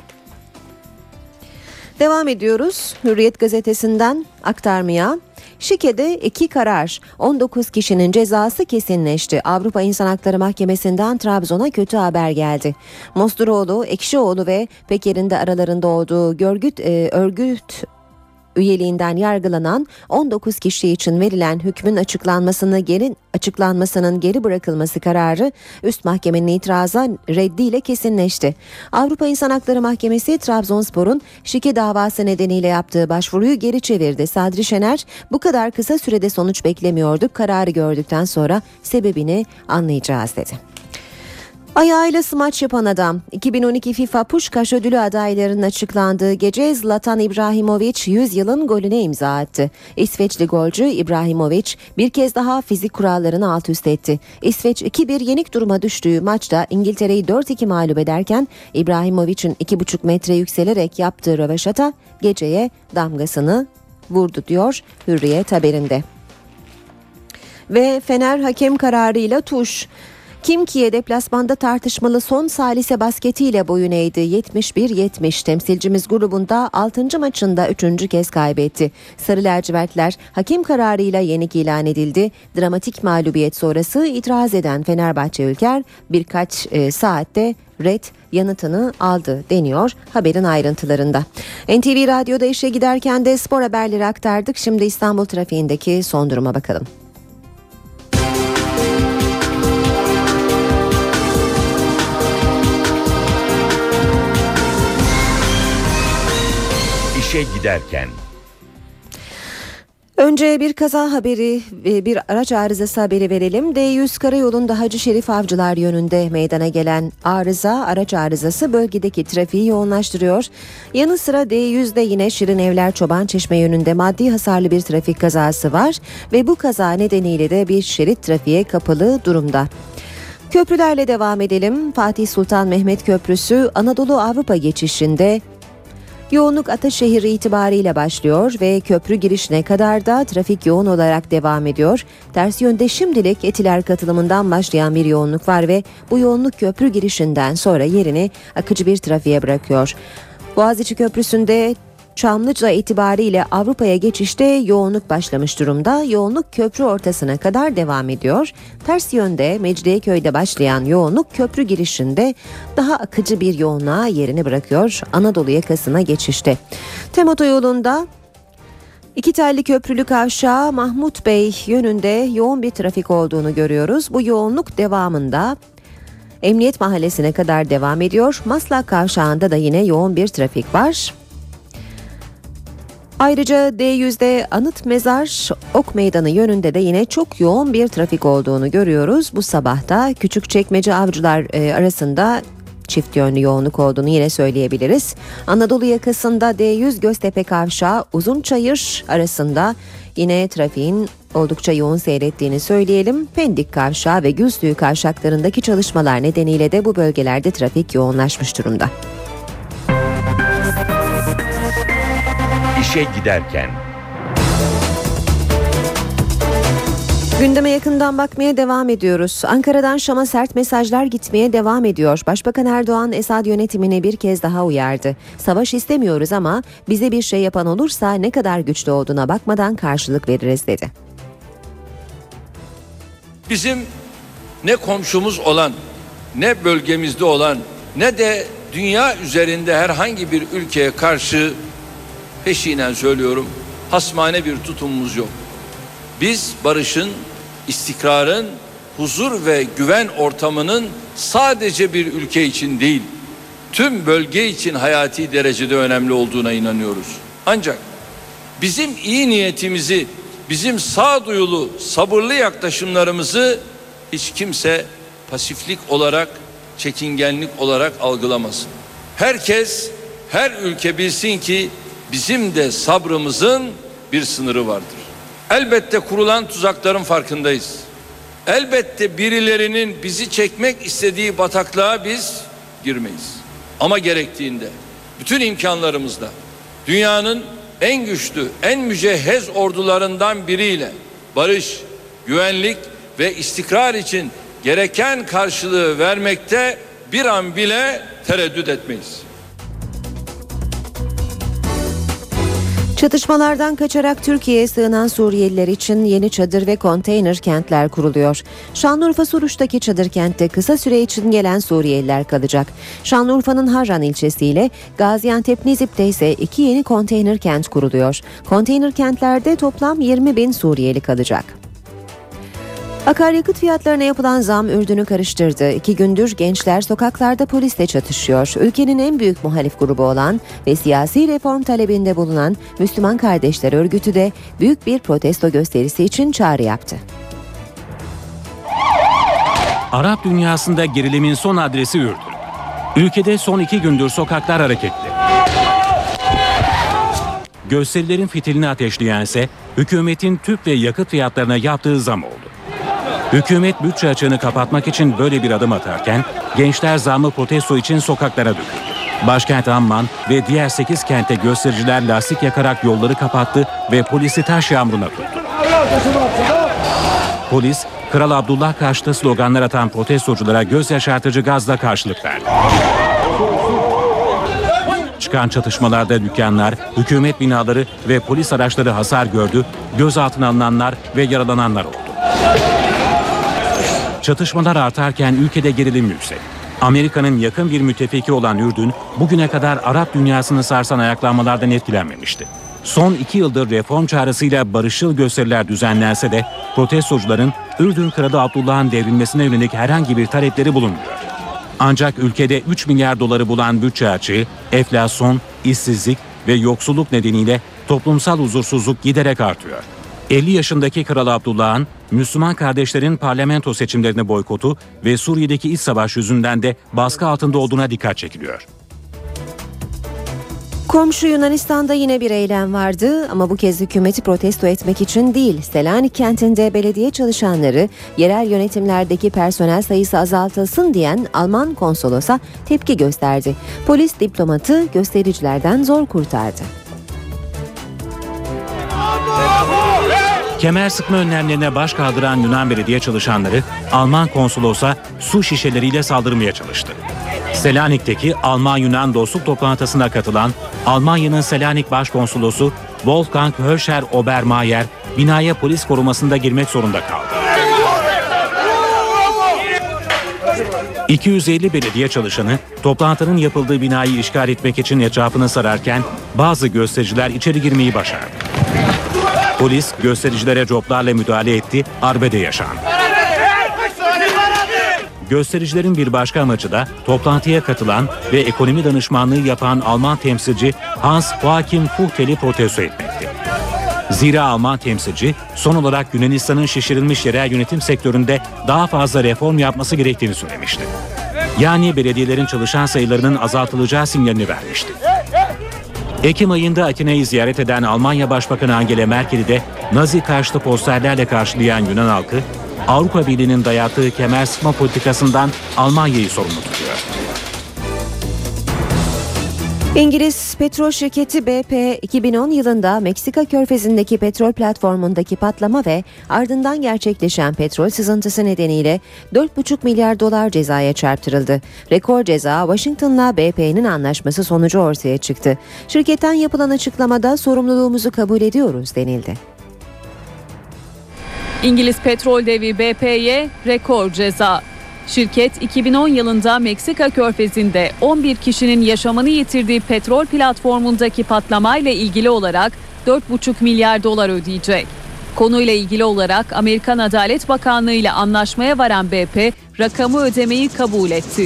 Devam ediyoruz Hürriyet gazetesinden aktarmaya. Şike'de iki karar, on dokuz kişinin cezası kesinleşti. Avrupa İnsan Hakları Mahkemesi'nden Trabzon'a kötü haber geldi. Mosturoğlu, Ekşioğlu ve Peker'in de aralarında olduğu görgüt, e, örgüt üyeliğinden yargılanan on dokuz kişi için verilen hükmün açıklanmasını geri açıklanmasının geri bırakılması kararı üst mahkemenin itirazı reddiyle kesinleşti. Avrupa İnsan Hakları Mahkemesi Trabzonspor'un şike davası nedeniyle yaptığı başvuruyu geri çevirdi. Sadri Şener, bu kadar kısa sürede sonuç beklemiyorduk. Kararı gördükten sonra sebebini anlayacağız dedi. Ayağıyla smaç yapan adam. iki bin on iki FIFA Puskás ödülü adaylarının açıklandığı gece Zlatan İbrahimović yüz yılın golüne imza attı. İsveçli golcü İbrahimović bir kez daha fizik kurallarını alt üst etti. İsveç iki bir yenik duruma düştüğü maçta İngiltere'yi dört iki mağlup ederken İbrahimovic'in iki buçuk metre yükselerek yaptığı röveşata geceye damgasını vurdu diyor Hürriyet haberinde. Ve Fener hakem kararıyla tuş. Kimki'ye deplasmanda tartışmalı son salise basketiyle boyun eğdi. yetmiş bir yetmiş temsilcimiz grubunda altıncı maçında üçüncü kez kaybetti. Sarı lacivertler hakem kararıyla yenik ilan edildi. Dramatik mağlubiyet sonrası itiraz eden Fenerbahçe Ülker birkaç e, saatte red yanıtını aldı deniyor haberin ayrıntılarında. N T V Radyo'da işe giderken de spor haberleri aktardık. Şimdi İstanbul trafiğindeki son duruma bakalım. İşe giderken. Önce bir kaza haberi, bir araç arızası haberi verelim. D yüz karayolunda Hacı Şerif Avcılar yönünde meydana gelen arıza, araç arızası bölgedeki trafiği yoğunlaştırıyor. Yanı sıra D yüzde yine Şirinevler Çobançeşme yönünde maddi hasarlı bir trafik kazası var ve bu kaza nedeniyle de bir şerit trafiğe kapalı durumda. Köprülerle devam edelim. Fatih Sultan Mehmet Köprüsü Anadolu Avrupa geçişinde yoğunluk Ataşehir itibariyle başlıyor ve köprü girişine kadar da trafik yoğun olarak devam ediyor. Ters yönde şimdilik Etiler katılımından başlayan bir yoğunluk var ve bu yoğunluk köprü girişinden sonra yerini akıcı bir trafiğe bırakıyor. Boğaziçi Köprüsü'nde Çamlıca itibariyle Avrupa'ya geçişte yoğunluk başlamış durumda. Yoğunluk köprü ortasına kadar devam ediyor. Ters yönde Mecidiyeköy'de başlayan yoğunluk köprü girişinde daha akıcı bir yoğunluğa yerini bırakıyor Anadolu yakasına geçişte. Tem otoyolunda İki telli köprülü kavşağı Mahmut Bey yönünde yoğun bir trafik olduğunu görüyoruz. Bu yoğunluk devamında Emniyet Mahallesi'ne kadar devam ediyor. Maslak kavşağında da yine yoğun bir trafik var. Ayrıca D yüzde Anıt Mezar Ok Meydanı yönünde de yine çok yoğun bir trafik olduğunu görüyoruz. Bu sabahta Küçükçekmece Avcılar arasında çift yönlü yoğunluk olduğunu yine söyleyebiliriz. Anadolu yakasında D yüz Göztepe Kavşağı Uzunçayır arasında yine trafiğin oldukça yoğun seyrettiğini söyleyelim. Pendik Kavşağı ve Gülsuyu kavşaklarındaki çalışmalar nedeniyle de bu bölgelerde trafik yoğunlaşmış durumda. İşe giderken. Gündeme yakından bakmaya devam ediyoruz. Ankara'dan Şam'a sert mesajlar gitmeye devam ediyor. Başbakan Erdoğan Esad yönetimine bir kez daha uyardı. Savaş istemiyoruz ama bize bir şey yapan olursa ne kadar güçlü olduğuna bakmadan karşılık veririz dedi. Bizim ne komşumuz olan, ne bölgemizde olan ne de dünya üzerinde herhangi bir ülkeye karşı, peşinen söylüyorum, hasmane bir tutumumuz yok. Biz barışın, istikrarın, huzur ve güven ortamının sadece bir ülke için değil, tüm bölge için hayati derecede önemli olduğuna inanıyoruz. Ancak bizim iyi niyetimizi, bizim sağduyulu, sabırlı yaklaşımlarımızı hiç kimse pasiflik olarak, çekingenlik olarak algılamasın. Herkes, her ülke bilsin ki bizim de sabrımızın bir sınırı vardır. Elbette kurulan tuzakların farkındayız. Elbette birilerinin bizi çekmek istediği bataklığa biz girmeyiz. Ama gerektiğinde bütün imkanlarımızla dünyanın en güçlü, en mücehhez ordularından biriyle barış, güvenlik ve istikrar için gereken karşılığı vermekte bir an bile tereddüt etmeyiz. Çatışmalardan kaçarak Türkiye'ye sığınan Suriyeliler için yeni çadır ve konteyner kentler kuruluyor. Şanlıurfa Suruç'taki çadır kentte kısa süre için gelen Suriyeliler kalacak. Şanlıurfa'nın Harran ilçesiyle Gaziantep Nizip'te ise iki yeni konteyner kent kuruluyor. Konteyner kentlerde toplam yirmi bin Suriyeli kalacak. Akaryakıt fiyatlarına yapılan zam Ürdün'ü karıştırdı. İki gündür gençler sokaklarda polisle çatışıyor. Ülkenin en büyük muhalif grubu olan ve siyasi reform talebinde bulunan Müslüman Kardeşler Örgütü de büyük bir protesto gösterisi için çağrı yaptı. Arap dünyasında gerilimin son adresi Ürdün. Ülkede son iki gündür sokaklar hareketli. Gösterilerin fitilini ateşleyense hükümetin tüp ve yakıt fiyatlarına yaptığı zam oldu. Hükümet bütçe açığını kapatmak için böyle bir adım atarken gençler zammı protesto için sokaklara döküldü. Başkent Amman ve diğer sekiz kentte göstericiler lastik yakarak yolları kapattı ve polisi taş yağmuruna tuttu. Polis, Kral Abdullah karşıtı sloganlar atan protestoculara göz yaşartıcı gazla karşılık verdi. Çıkan çatışmalarda dükkanlar, hükümet binaları ve polis araçları hasar gördü, gözaltına alınanlar ve yaralananlar oldu. Çatışmalar artarken ülkede gerilim yüksek. Amerika'nın yakın bir müttefiki olan Ürdün, bugüne kadar Arap dünyasını sarsan ayaklanmalardan etkilenmemişti. Son iki yıldır reform çağrısıyla barışçıl gösteriler düzenlense de protestocuların Ürdün Kralı Abdullah'ın devrilmesine yönelik herhangi bir talepleri bulunmuyor. Ancak ülkede üç milyar doları bulan bütçe açığı, enflasyon, işsizlik ve yoksulluk nedeniyle toplumsal huzursuzluk giderek artıyor. elli yaşındaki Kral Abdullah'ın Müslüman kardeşlerin parlamento seçimlerini boykotu ve Suriye'deki iç savaş yüzünden de baskı altında olduğuna dikkat çekiliyor. Komşu Yunanistan'da yine bir eylem vardı ama bu kez hükümeti protesto etmek için değil. Selanik kentinde belediye çalışanları yerel yönetimlerdeki personel sayısı azaltılsın diyen Alman konsolosa tepki gösterdi. Polis diplomatı göstericilerden zor kurtardı. Kemer sıkma önlemlerine baş kaldıran Yunan belediye çalışanları Alman konsolosa su şişeleriyle saldırmaya çalıştı. Selanik'teki Alman-Yunan dostluk toplantısına katılan Almanya'nın Selanik Başkonsolosu Wolfgang Höscher Obermayer binaya polis korumasında girmek zorunda kaldı. iki yüz elli belediye çalışanı toplantının yapıldığı binayı işgal etmek için etrafını sararken bazı göstericiler içeri girmeyi başardı. Polis göstericilere coplarla müdahale etti, arbede yaşandı. Göstericilerin bir başka amacı da toplantıya katılan ve ekonomi danışmanlığı yapan Alman temsilci Hans-Joachim Fuchtel'i protesto etmekti. Zira Alman temsilci son olarak Yunanistan'ın şişirilmiş yerel yönetim sektöründe daha fazla reform yapması gerektiğini söylemişti. Yani belediyelerin çalışan sayılarının azaltılacağı sinyalini vermişti. Ekim ayında Atina'yı ziyaret eden Almanya Başbakanı Angela Merkel'i de Nazi karşıtı posterlerle karşılayan Yunan halkı, Avrupa Birliği'nin dayattığı kemer sıkma politikasından Almanya'yı sorumlu tutuyor. İngiliz petrol şirketi B P iki bin on yılında Meksika Körfezi'ndeki petrol platformundaki patlama ve ardından gerçekleşen petrol sızıntısı nedeniyle dört buçuk milyar dolar cezaya çarptırıldı. Rekor ceza Washington'la B P'nin anlaşması sonucu ortaya çıktı. Şirketten yapılan açıklamada sorumluluğumuzu kabul ediyoruz denildi. İngiliz petrol devi B P'ye rekor ceza. Şirket iki bin on yılında Meksika Körfezi'nde on bir kişinin yaşamını yitirdiği petrol platformundaki patlamayla ilgili olarak dört buçuk milyar dolar ödeyecek. Konuyla ilgili olarak Amerikan Adalet Bakanlığı ile anlaşmaya varan B P rakamı ödemeyi kabul etti.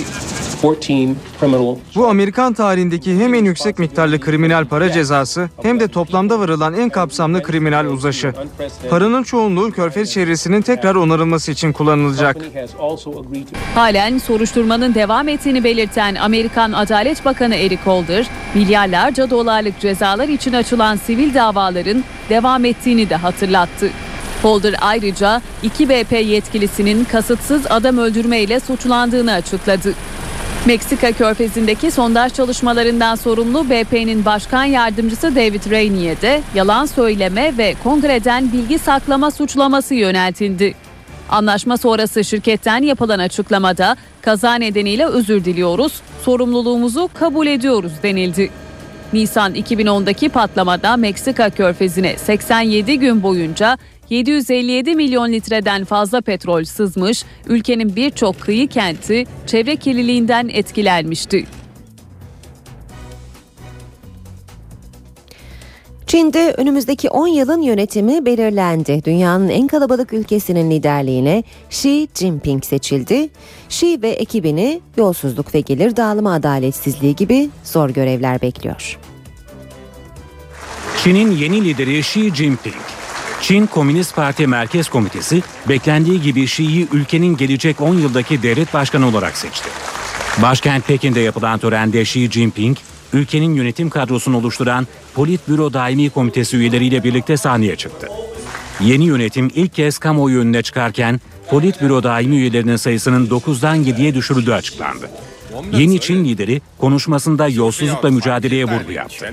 Bu Amerikan tarihindeki hem en yüksek miktarlı kriminal para cezası hem de toplamda varılan en kapsamlı kriminal uzaşı. Paranın çoğunluğu Körfez çevresinin tekrar onarılması için kullanılacak. Halen soruşturmanın devam ettiğini belirten Amerikan Adalet Bakanı Eric Holder, milyarlarca dolarlık cezalar için açılan sivil davaların devam ettiğini de hatırlattı. Holder ayrıca iki B P yetkilisinin kasıtsız adam öldürmeyle suçlandığını açıkladı. Meksika Körfezi'ndeki sondaj çalışmalarından sorumlu B P'nin başkan yardımcısı David Rainey'e de yalan söyleme ve kongreden bilgi saklama suçlaması yöneltildi. Anlaşma sonrası şirketten yapılan açıklamada kaza nedeniyle özür diliyoruz, sorumluluğumuzu kabul ediyoruz denildi. Nisan iki bin ondaki patlamada Meksika Körfezi'ne seksen yedi gün boyunca yedi yüz elli yedi milyon litreden fazla petrol sızmış, ülkenin birçok kıyı kenti çevre kirliliğinden etkilenmişti. Çin'de önümüzdeki on yılın yönetimi belirlendi. Dünyanın en kalabalık ülkesinin liderliğine Xi Jinping seçildi. Xi ve ekibini yolsuzluk ve gelir dağılımı adaletsizliği gibi zor görevler bekliyor. Çin'in yeni lideri Xi Jinping. Çin Komünist Parti Merkez Komitesi beklendiği gibi Xi'yi ülkenin gelecek on yıldaki devlet başkanı olarak seçti. Başkent Pekin'de yapılan törende Xi Jinping, ülkenin yönetim kadrosunu oluşturan Politbüro Daimi Komitesi üyeleriyle birlikte sahneye çıktı. Yeni yönetim ilk kez kamuoyu önüne çıkarken Politbüro Daimi üyelerinin sayısının dokuzdan yediye düşürüldüğü açıklandı. Yeni Çin lideri konuşmasında yolsuzlukla mücadeleye vurgu yaptı.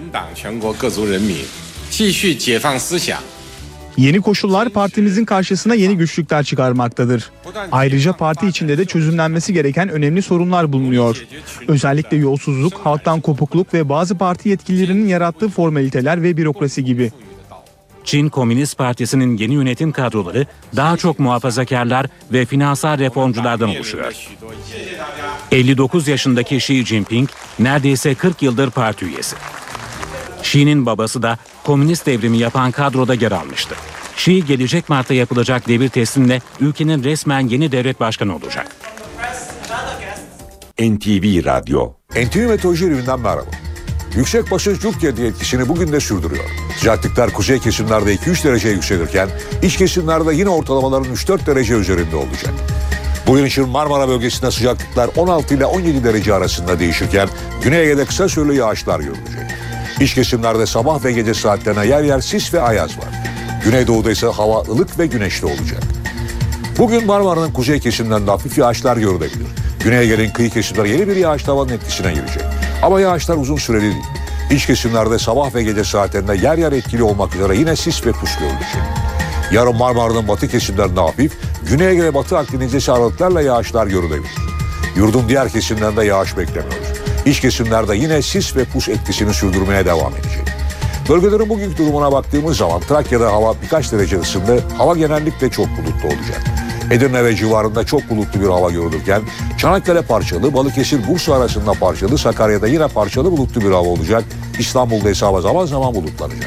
Yeni koşullar partimizin karşısına yeni güçlükler çıkarmaktadır. Ayrıca parti içinde de çözümlenmesi gereken önemli sorunlar bulunuyor. Özellikle yolsuzluk, halktan kopukluk ve bazı parti yetkililerinin yarattığı formaliteler ve bürokrasi gibi. Çin Komünist Partisi'nin yeni yönetim kadroları daha çok muhafazakarlar ve finansal reformculardan oluşuyor. elli dokuz yaşındaki Xi Jinping neredeyse kırk yıldır parti üyesi. Xi'nin babası da komünist devrimi yapan kadroda yer almıştı. Xi gelecek Mart'ta yapılacak devir teslimle ülkenin resmen yeni devlet başkanı olacak. N T V Radyo. N T V Meteoroloji Evi'nden merhaba. Yüksek basınç Türkiye'de etkisini bugün de sürdürüyor. Sıcaklıklar kuzey kesimlerde iki üç derece yükselirken iç kesimlerde yine ortalamaların üç dört derece üzerinde olacak. Bugün için Marmara bölgesinde sıcaklıklar on altı ile on yedi derece arasında değişirken Güney Ege'de kısa süreli yağışlar görülecek. İç kesimlerde sabah ve gece saatlerine yer yer sis ve ayaz var. Güneydoğu'da ise hava ılık ve güneşli olacak. Bugün Marmara'nın kuzey kesimlerinde hafif yağışlar görülebilir. Güney Ege'nin kıyı kesimleri yeni bir yağış tavanın etkisine girecek. Ama yağışlar uzun süreli değil. İç kesimlerde sabah ve gece saatlerinde yer yer etkili olmak üzere yine sis ve pus görülecek. Yarın Marmara'nın batı kesimlerinde hafif, Güney Ege ve Batı Akdeniz'de ise aralıklarla yağışlar görülebilir. Yurdun diğer kesimlerinde yağış beklemiyoruz. İç kesimlerde yine sis ve pus etkisini sürdürmeye devam edecek. Bölgelerin bugünkü durumuna baktığımız zaman Trakya'da hava birkaç derece ısındı, hava genellikle çok bulutlu olacak. Edirne ve civarında çok bulutlu bir hava görülürken Çanakkale parçalı, Balıkesir, Bursa arasında parçalı, Sakarya'da yine parçalı bulutlu bir hava olacak. İstanbul'da ise hava zaman zaman bulutlanacak.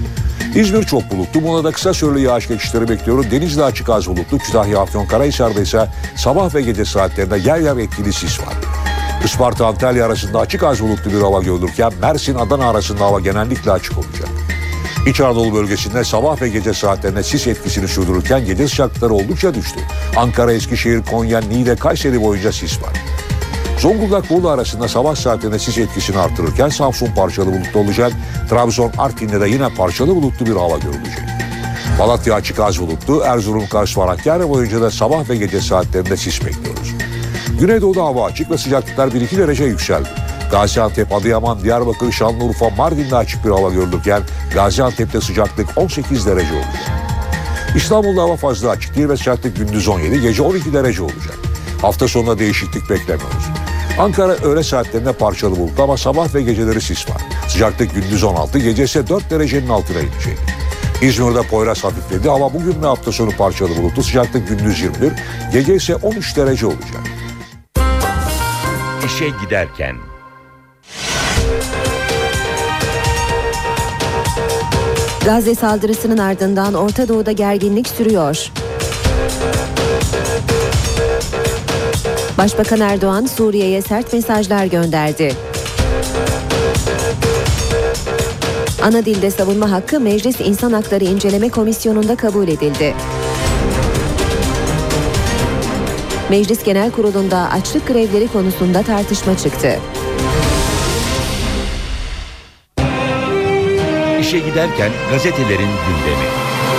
İzmir çok bulutlu, buna da kısa süreli yağış geçişleri bekliyoruz. Denizli açık az bulutlu, Kütahya, Afyonkarahisar'da ise sabah ve gece saatlerinde yer yer etkili sis var. Isparta, Antalya arasında açık az bulutlu bir hava görülürken Mersin, Adana arasında hava genellikle açık olacak. İç Anadolu bölgesinde sabah ve gece saatlerinde sis etkisini sürdürürken gece sıcaklıkları oldukça düştü. Ankara, Eskişehir, Konya, Niğde, Kayseri boyunca sis var. Zonguldak, Bolu arasında sabah saatlerinde sis etkisini artırırken Samsun parçalı bulutlu olacak. Trabzon, Artvin'de de yine parçalı bulutlu bir hava görülecek. Malatya açık az bulutlu, Erzurum, Kars, Hakkari boyunca da sabah ve gece saatlerinde sis bekliyoruz. Güneydoğu'da hava açık ve sıcaklıklar bir iki derece yükseldi. Gaziantep, Adıyaman, Diyarbakır, Şanlıurfa, Mardin'de açık bir hava görülürken Gaziantep'te sıcaklık on sekiz derece olacak. İstanbul'da hava fazla açık değil ve sıcaklık gündüz on yedi, gece on iki derece olacak. Hafta sonunda değişiklik beklemiyoruz. Ankara öğle saatlerinde parçalı bulutlu ama sabah ve geceleri sis var. Sıcaklık gündüz on altı, gece ise dört derecenin altına inecek. İzmir'de Poyraz hafifledi. Hava bugün ve hafta sonu parçalı bulutlu. Sıcaklık gündüz yirmi bir, gece ise on üç derece olacak. İşe giderken. Gazze saldırısının ardından Orta Doğu'da gerginlik sürüyor. Başbakan Erdoğan Suriye'ye sert mesajlar gönderdi. Ana dilde savunma hakkı Meclis İnsan Hakları İnceleme Komisyonu'nda kabul edildi. Meclis Genel Kurulu'nda açlık grevleri konusunda tartışma çıktı. İşe giderken gazetelerin gündemi.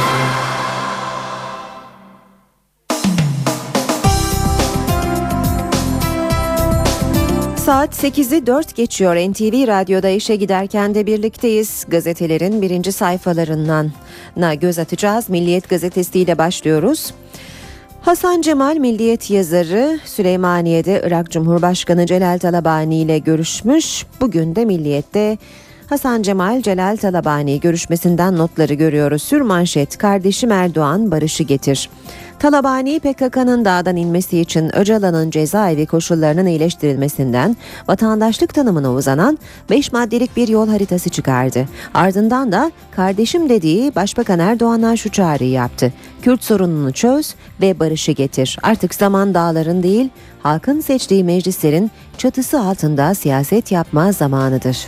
Saat sekizi dört geçiyor. N T V Radyo'da işe giderken de birlikteyiz. Gazetelerin birinci sayfalarından göz atacağız. Milliyet gazetesiyle başlıyoruz. Hasan Cemal Milliyet yazarı Süleymaniye'de Irak Cumhurbaşkanı Celal Talabani ile görüşmüş. Bugün de Milliyet'te Hasan Cemal Celal Talabani görüşmesinden notları görüyoruz. Sürmanşet: kardeşim Erdoğan barışı getir. Talabani P K K'nın dağdan inmesi için Öcalan'ın cezaevi koşullarının iyileştirilmesinden vatandaşlık tanımına uzanan beş maddelik bir yol haritası çıkardı. Ardından da kardeşim dediği Başbakan Erdoğan'a şu çağrıyı yaptı: Kürt sorununu çöz ve barışı getir. Artık zaman dağların değil, halkın seçtiği meclislerin çatısı altında siyaset yapma zamanıdır.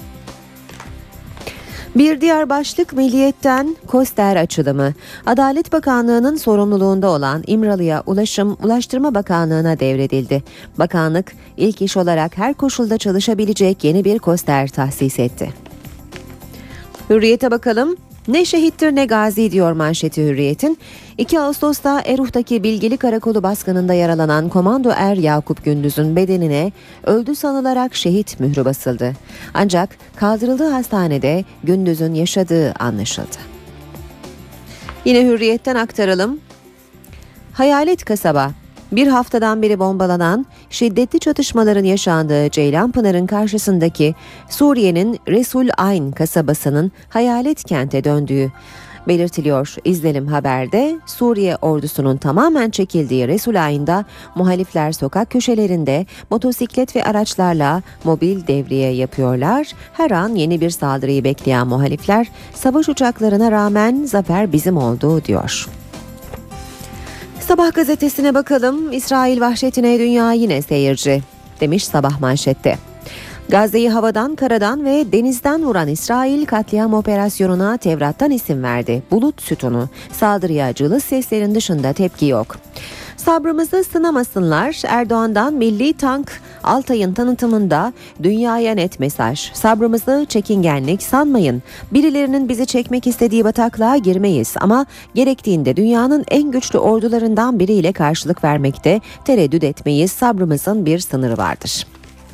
Bir diğer başlık Milliyet'ten KOSTER açılımı. Adalet Bakanlığı'nın sorumluluğunda olan İmralı'ya Ulaşım, Ulaştırma Bakanlığı'na devredildi. Bakanlık ilk iş olarak her koşulda çalışabilecek yeni bir KOSTER tahsis etti. Hürriyet'e bakalım. Ne şehittir ne gazi diyor manşeti Hürriyet'in. iki Ağustos'ta Eruh'taki Bilgili Karakolu baskınında yaralanan komando er Yakup Gündüz'ün bedenine öldü sanılarak şehit mührü basıldı. Ancak kaldırıldığı hastanede Gündüz'ün yaşadığı anlaşıldı. Yine Hürriyet'ten aktaralım. Hayalet kasaba. Bir haftadan beri bombalanan, şiddetli çatışmaların yaşandığı Ceylanpınar'ın karşısındaki Suriye'nin Resul Ayn kasabasının hayalet kente döndüğü belirtiliyor. İzlenim haberde Suriye ordusunun tamamen çekildiği Resul Ayn'da muhalifler sokak köşelerinde motosiklet ve araçlarla mobil devriye yapıyorlar. Her an yeni bir saldırıyı bekleyen muhalifler savaş uçaklarına rağmen zafer bizim oldu diyor. Sabah gazetesine bakalım. İsrail vahşetine dünya yine seyirci demiş Sabah manşette. Gazze'yi havadan, karadan ve denizden vuran İsrail katliam operasyonuna Tevrat'tan isim verdi. Bulut sütunu. Saldırıya cılız seslerin dışında tepki yok. Sabrımızı sınamasınlar. Erdoğan'dan Milli Tank Altay'ın tanıtımında dünyaya net mesaj. Sabrımızı çekingenlik sanmayın. Birilerinin bizi çekmek istediği bataklığa girmeyiz ama gerektiğinde dünyanın en güçlü ordularından biriyle karşılık vermekte tereddüt etmeyiz. Sabrımızın bir sınırı vardır.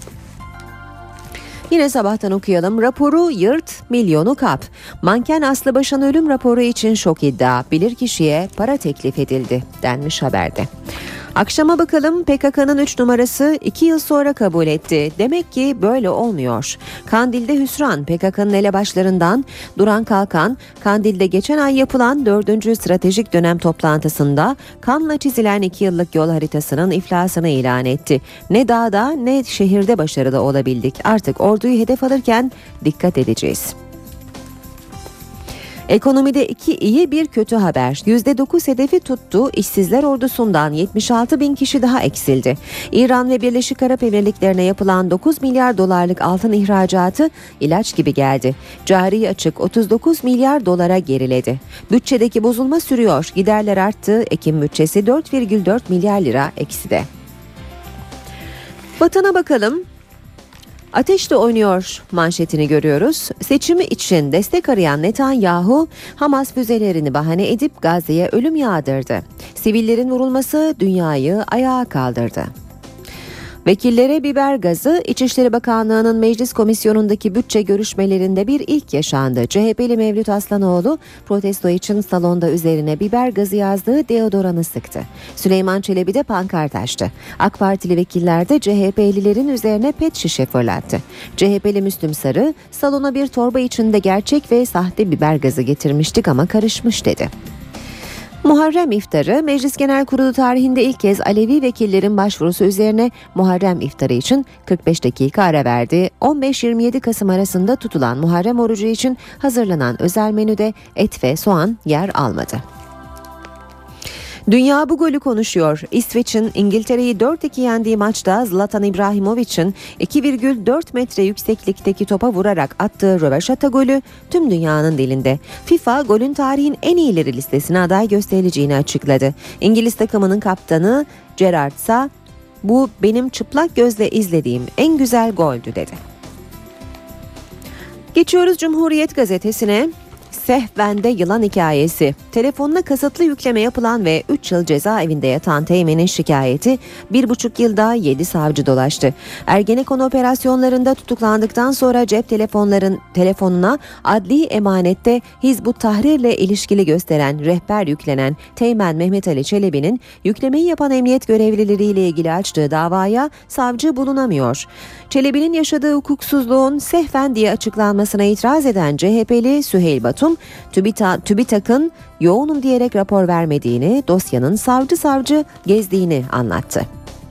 Yine sabahtan okuyalım. Raporu yırt, milyonu kap. Manken Aslı Başan ölüm raporu için şok iddia. Bilirkişiye para teklif edildi denmiş haberde. Akşama bakalım. P K K'nın üç numarası iki yıl sonra kabul etti. Demek ki böyle olmuyor. Kandil'de hüsran. P K K'nın elebaşlarından Duran Kalkan, Kandil'de geçen ay yapılan dördüncü stratejik dönem toplantısında kanla çizilen iki yıllık yol haritasının iflasını ilan etti. Ne dağda ne şehirde başarılı olabildik. Artık orduyu hedef alırken dikkat edeceğiz. Ekonomide iki iyi bir kötü haber. yüzde dokuz hedefi tuttu. İşsizler ordusundan yetmiş altı bin kişi daha eksildi. İran ve Birleşik Arap Emirlikleri'ne yapılan dokuz milyar dolarlık altın ihracatı ilaç gibi geldi. Cari açık otuz dokuz milyar dolara geriledi. Bütçedeki bozulma sürüyor. Giderler arttı. Ekim bütçesi dört virgül dört milyar lira ekside. Vatana bakalım. Ateşle oynuyor manşetini görüyoruz. Seçimi için destek arayan Netanyahu, Hamas füzelerini bahane edip Gazze'ye ölüm yağdırdı. Sivillerin vurulması dünyayı ayağa kaldırdı. Vekillere biber gazı, İçişleri Bakanlığı'nın meclis komisyonundaki bütçe görüşmelerinde bir ilk yaşandı. C H P'li Mevlüt Aslanoğlu protesto için salonda üzerine biber gazı yazdığı deodoranı sıktı. Süleyman Çelebi de pankart açtı. AK Partili vekiller de C H P'lilerin üzerine pet şişe fırlattı. C H P'li Müslüm Sarı, salona bir torba içinde gerçek ve sahte biber gazı getirmiştik ama karışmış dedi. Muharrem iftarı, Meclis Genel Kurulu tarihinde ilk kez Alevi vekillerin başvurusu üzerine Muharrem iftarı için kırk beş dakika ara verdi. on beş yirmi yedi Kasım arasında tutulan Muharrem orucu için hazırlanan özel menüde et ve soğan yer almadı. Dünya bu golü konuşuyor. İsveç'in İngiltere'yi dört iki yendiği maçta Zlatan İbrahimovic'in iki virgül dört metre yükseklikteki topa vurarak attığı röveşata golü tüm dünyanın dilinde. FIFA golün tarihin en iyileri listesine aday gösterileceğini açıkladı. İngiliz takımının kaptanı Gerrard ise bu benim çıplak gözle izlediğim en güzel goldü dedi. Geçiyoruz Cumhuriyet gazetesine. Sehven'de yılan hikayesi. Telefonuna kasıtlı yükleme yapılan ve üç yıl cezaevinde yatan Teğmen'in şikayeti bir buçuk yılda yedi savcı dolaştı. Ergenekon operasyonlarında tutuklandıktan sonra cep telefonların telefonuna adli emanette Hizbut Tahrir'le ilişkili gösteren rehber yüklenen Teğmen Mehmet Ali Çelebi'nin yüklemeyi yapan emniyet görevlileriyle ilgili açtığı davaya savcı bulunamıyor. Çelebi'nin yaşadığı hukuksuzluğun Sehven diye açıklanmasına itiraz eden C H P'li Süheyl Batum, TÜBİTAK, TÜBİTAK'ın yoğunum diyerek rapor vermediğini, dosyanın savcı savcı gezdiğini anlattı.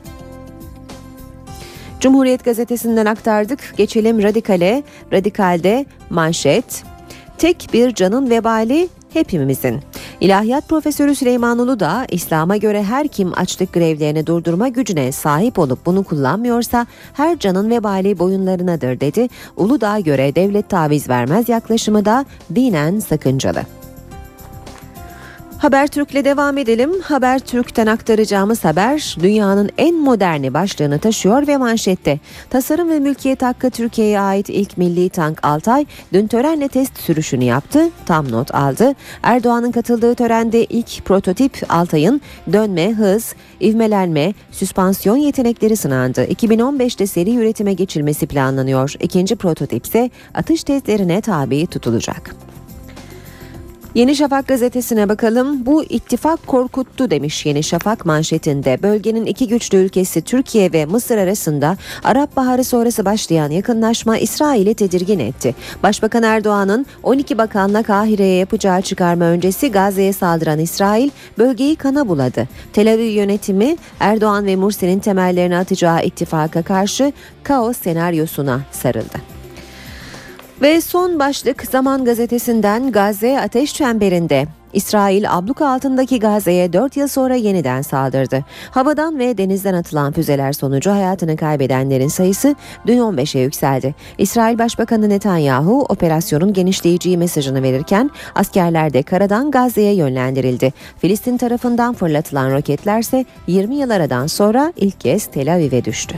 Cumhuriyet gazetesinden aktardık. Geçelim Radikal'e. Radikal'de manşet: tek bir canın vebali hepimizin. İlahiyat Profesörü Süleyman Uludağ, İslam'a göre her kim açlık grevlerini durdurma gücüne sahip olup bunu kullanmıyorsa her canın vebali boyunlarınadır dedi. Uludağ'a göre devlet taviz vermez yaklaşımı da dinen sakıncalı. Habertürk'le devam edelim. Habertürk'ten aktaracağımız haber dünyanın en moderni başlığını taşıyor ve manşette. Tasarım ve mülkiyet hakkı Türkiye'ye ait ilk milli tank Altay dün törenle test sürüşünü yaptı. Tam not aldı. Erdoğan'ın katıldığı törende ilk prototip Altay'ın dönme, hız, ivmelenme, süspansiyon yetenekleri sınandı. iki bin on beşte seri üretime geçilmesi planlanıyor. İkinci prototip ise atış testlerine tabi tutulacak. Yeni Şafak gazetesine bakalım. Bu ittifak korkuttu demiş Yeni Şafak manşetinde. Bölgenin iki güçlü ülkesi Türkiye ve Mısır arasında Arap Baharı sonrası başlayan yakınlaşma İsrail'i tedirgin etti. Başbakan Erdoğan'ın on iki bakanla Kahire'ye yapacağı çıkarma öncesi Gazze'ye saldıran İsrail bölgeyi kana buladı. Tel Aviv yönetimi Erdoğan ve Mursi'nin temellerini atacağı ittifaka karşı kaos senaryosuna sarıldı. Ve son başlık Zaman gazetesinden. Gazze ateş çemberinde. İsrail abluka altındaki Gazze'ye dört yıl sonra yeniden saldırdı. Havadan ve denizden atılan füzeler sonucu hayatını kaybedenlerin sayısı dün on beşe yükseldi. İsrail Başbakanı Netanyahu operasyonun genişleyeceği mesajını verirken askerler de karadan Gazze'ye yönlendirildi. Filistin tarafından fırlatılan roketlerse yirmi yıl aradan sonra ilk kez Tel Aviv'e düştü.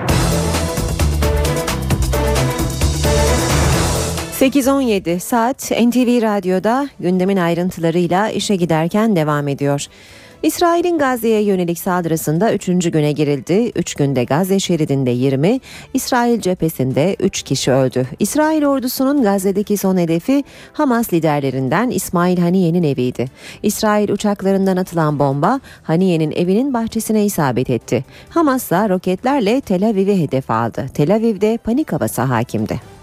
sekiz on yedi saat N T V Radyo'da gündemin ayrıntılarıyla işe giderken devam ediyor. İsrail'in Gazze'ye yönelik saldırısında üçüncü güne girildi. üç günde Gazze şeridinde yirmi, İsrail cephesinde üç kişi öldü. İsrail ordusunun Gazze'deki son hedefi Hamas liderlerinden İsmail Haniye'nin eviydi. İsrail uçaklarından atılan bomba Haniye'nin evinin bahçesine isabet etti. Hamas ise roketlerle Tel Aviv'i hedef aldı. Tel Aviv'de panik havası hakimdi.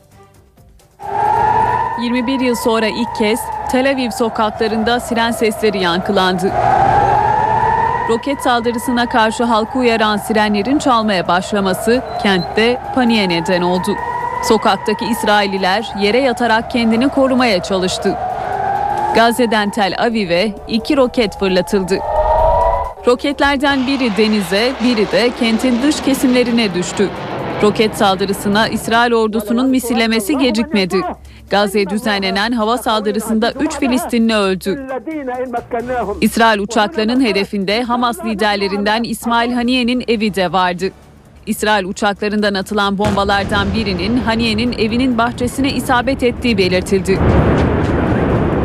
yirmi bir yıl sonra ilk kez Tel Aviv sokaklarında siren sesleri yankılandı. Roket saldırısına karşı halkı uyaran sirenlerin çalmaya başlaması kentte paniğe neden oldu. Sokaktaki İsrailliler yere yatarak kendini korumaya çalıştı. Gazze'den Tel Aviv'e iki roket fırlatıldı. Roketlerden biri denize, biri de kentin dış kesimlerine düştü. Roket saldırısına İsrail ordusunun misillemesi gecikmedi. Gazze'ye düzenlenen hava saldırısında üç Filistinli öldü. İsrail uçaklarının hedefinde Hamas liderlerinden İsmail Haniye'nin evi de vardı. İsrail uçaklarından atılan bombalardan birinin Haniye'nin evinin bahçesine isabet ettiği belirtildi.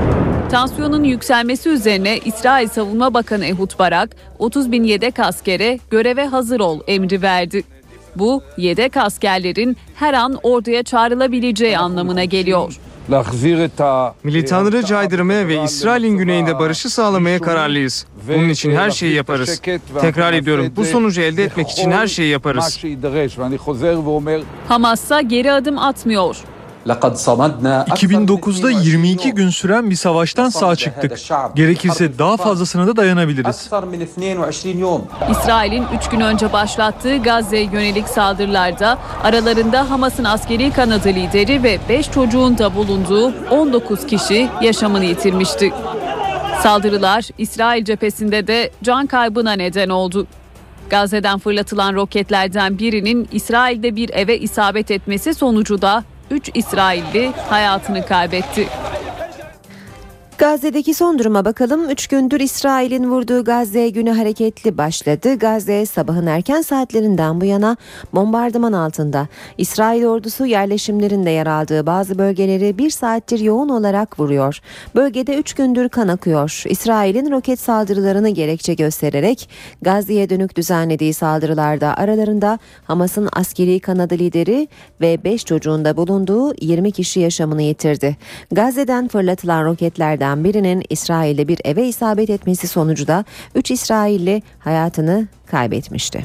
Tansiyonun yükselmesi üzerine İsrail Savunma Bakanı Ehud Barak otuz bin yedek askere göreve hazır ol emri verdi. Bu yedek askerlerin her an orduya çağrılabileceği anlamına geliyor. Militanları caydırmaya ve İsrail'in güneyinde barışı sağlamaya kararlıyız. Bunun için her şeyi yaparız. Tekrar ediyorum, bu sonucu elde etmek için her şeyi yaparız. Hamas ise geri adım atmıyor. iki bin dokuzda yirmi iki gün süren bir savaştan sağ çıktık. Gerekirse daha fazlasına da dayanabiliriz. İsrail'in üç gün önce başlattığı Gazze'ye yönelik saldırılarda aralarında Hamas'ın askeri kanadı lideri ve beş çocuğun da bulunduğu on dokuz kişi yaşamını yitirmişti. Saldırılar İsrail cephesinde de can kaybına neden oldu. Gazze'den fırlatılan roketlerden birinin İsrail'de bir eve isabet etmesi sonucu da üç İsrailli hayatını kaybetti. Gazze'deki son duruma bakalım. Üç gündür İsrail'in vurduğu Gazze günü hareketli başladı. Gazze sabahın erken saatlerinden bu yana bombardıman altında. İsrail ordusu yerleşimlerinde yer aldığı bazı bölgeleri bir saattir yoğun olarak vuruyor. Bölgede üç gündür kan akıyor. İsrail'in roket saldırılarını gerekçe göstererek Gazze'ye dönük düzenlediği saldırılarda aralarında Hamas'ın askeri kanadı lideri ve beş çocuğun da bulunduğu yirmi kişi yaşamını yitirdi. Gazze'den fırlatılan roketlerden birinin İsrail'de bir eve isabet etmesi sonucu da üç İsrailli hayatını kaybetmişti.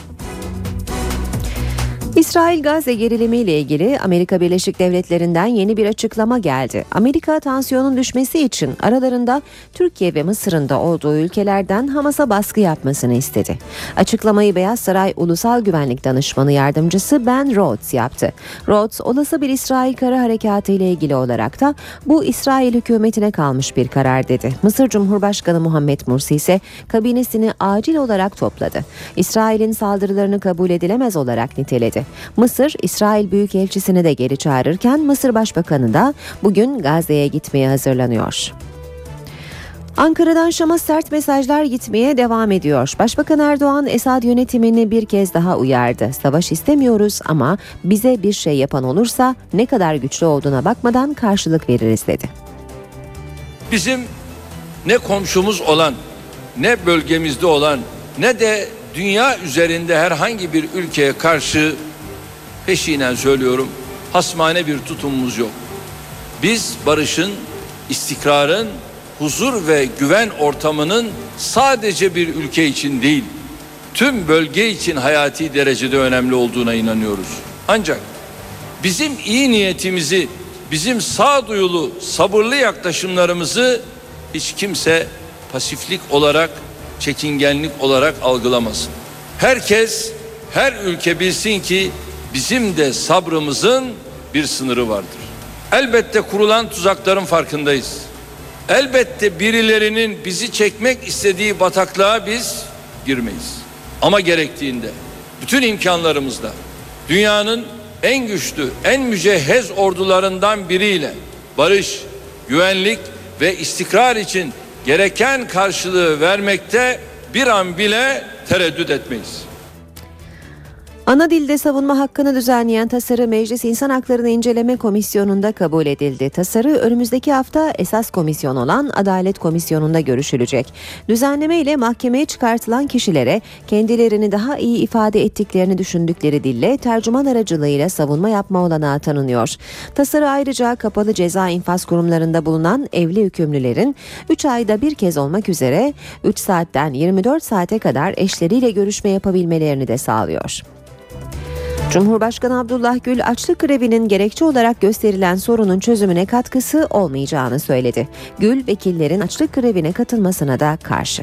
İsrail-Gazze gerilimiyle ilgili Amerika Birleşik Devletleri'nden yeni bir açıklama geldi. Amerika tansiyonun düşmesi için aralarında Türkiye ve Mısır'ın da olduğu ülkelerden Hamas'a baskı yapmasını istedi. Açıklamayı Beyaz Saray Ulusal Güvenlik Danışmanı Yardımcısı Ben Rhodes yaptı. Rhodes, olası bir İsrail kara harekatı ile ilgili olarak da bu İsrail hükümetine kalmış bir karar dedi. Mısır Cumhurbaşkanı Muhammed Mursi ise kabinesini acil olarak topladı. İsrail'in saldırılarını kabul edilemez olarak niteledi. Mısır, İsrail Büyükelçisini de geri çağırırken Mısır Başbakanı da bugün Gazze'ye gitmeye hazırlanıyor. Ankara'dan Şam'a sert mesajlar gitmeye devam ediyor. Başbakan Erdoğan, Esad yönetimini bir kez daha uyardı. Savaş istemiyoruz ama bize bir şey yapan olursa ne kadar güçlü olduğuna bakmadan karşılık veririz dedi. Bizim ne komşumuz olan, ne bölgemizde olan, ne de dünya üzerinde herhangi bir ülkeye karşı peşinen söylüyorum, hasmane bir tutumumuz yok. Biz barışın, istikrarın, huzur ve güven ortamının sadece bir ülke için değil, tüm bölge için hayati derecede önemli olduğuna inanıyoruz. Ancak bizim iyi niyetimizi, bizim sağduyulu, sabırlı yaklaşımlarımızı hiç kimse pasiflik olarak, çekingenlik olarak algılamasın. Herkes, her ülke bilsin ki bizim de sabrımızın bir sınırı vardır. Elbette kurulan tuzakların farkındayız. Elbette birilerinin bizi çekmek istediği bataklığa biz girmeyiz. Ama gerektiğinde bütün imkanlarımızla dünyanın en güçlü, en mücehhez ordularından biriyle barış, güvenlik ve istikrar için gereken karşılığı vermekte bir an bile tereddüt etmeyiz. Ana dilde savunma hakkını düzenleyen tasarı Meclis İnsan Haklarını İnceleme Komisyonu'nda kabul edildi. Tasarı önümüzdeki hafta esas komisyon olan Adalet Komisyonu'nda görüşülecek. Düzenleme ile mahkemeye çıkartılan kişilere kendilerini daha iyi ifade ettiklerini düşündükleri dille tercüman aracılığıyla savunma yapma olanağı tanınıyor. Tasarı ayrıca kapalı ceza infaz kurumlarında bulunan evli hükümlülerin üç ayda bir kez olmak üzere üç saatten yirmi dört saate kadar eşleriyle görüşme yapabilmelerini de sağlıyor. Cumhurbaşkanı Abdullah Gül, açlık grevinin gerekçe olarak gösterilen sorunun çözümüne katkısı olmayacağını söyledi. Gül, vekillerin açlık grevine katılmasına da karşı.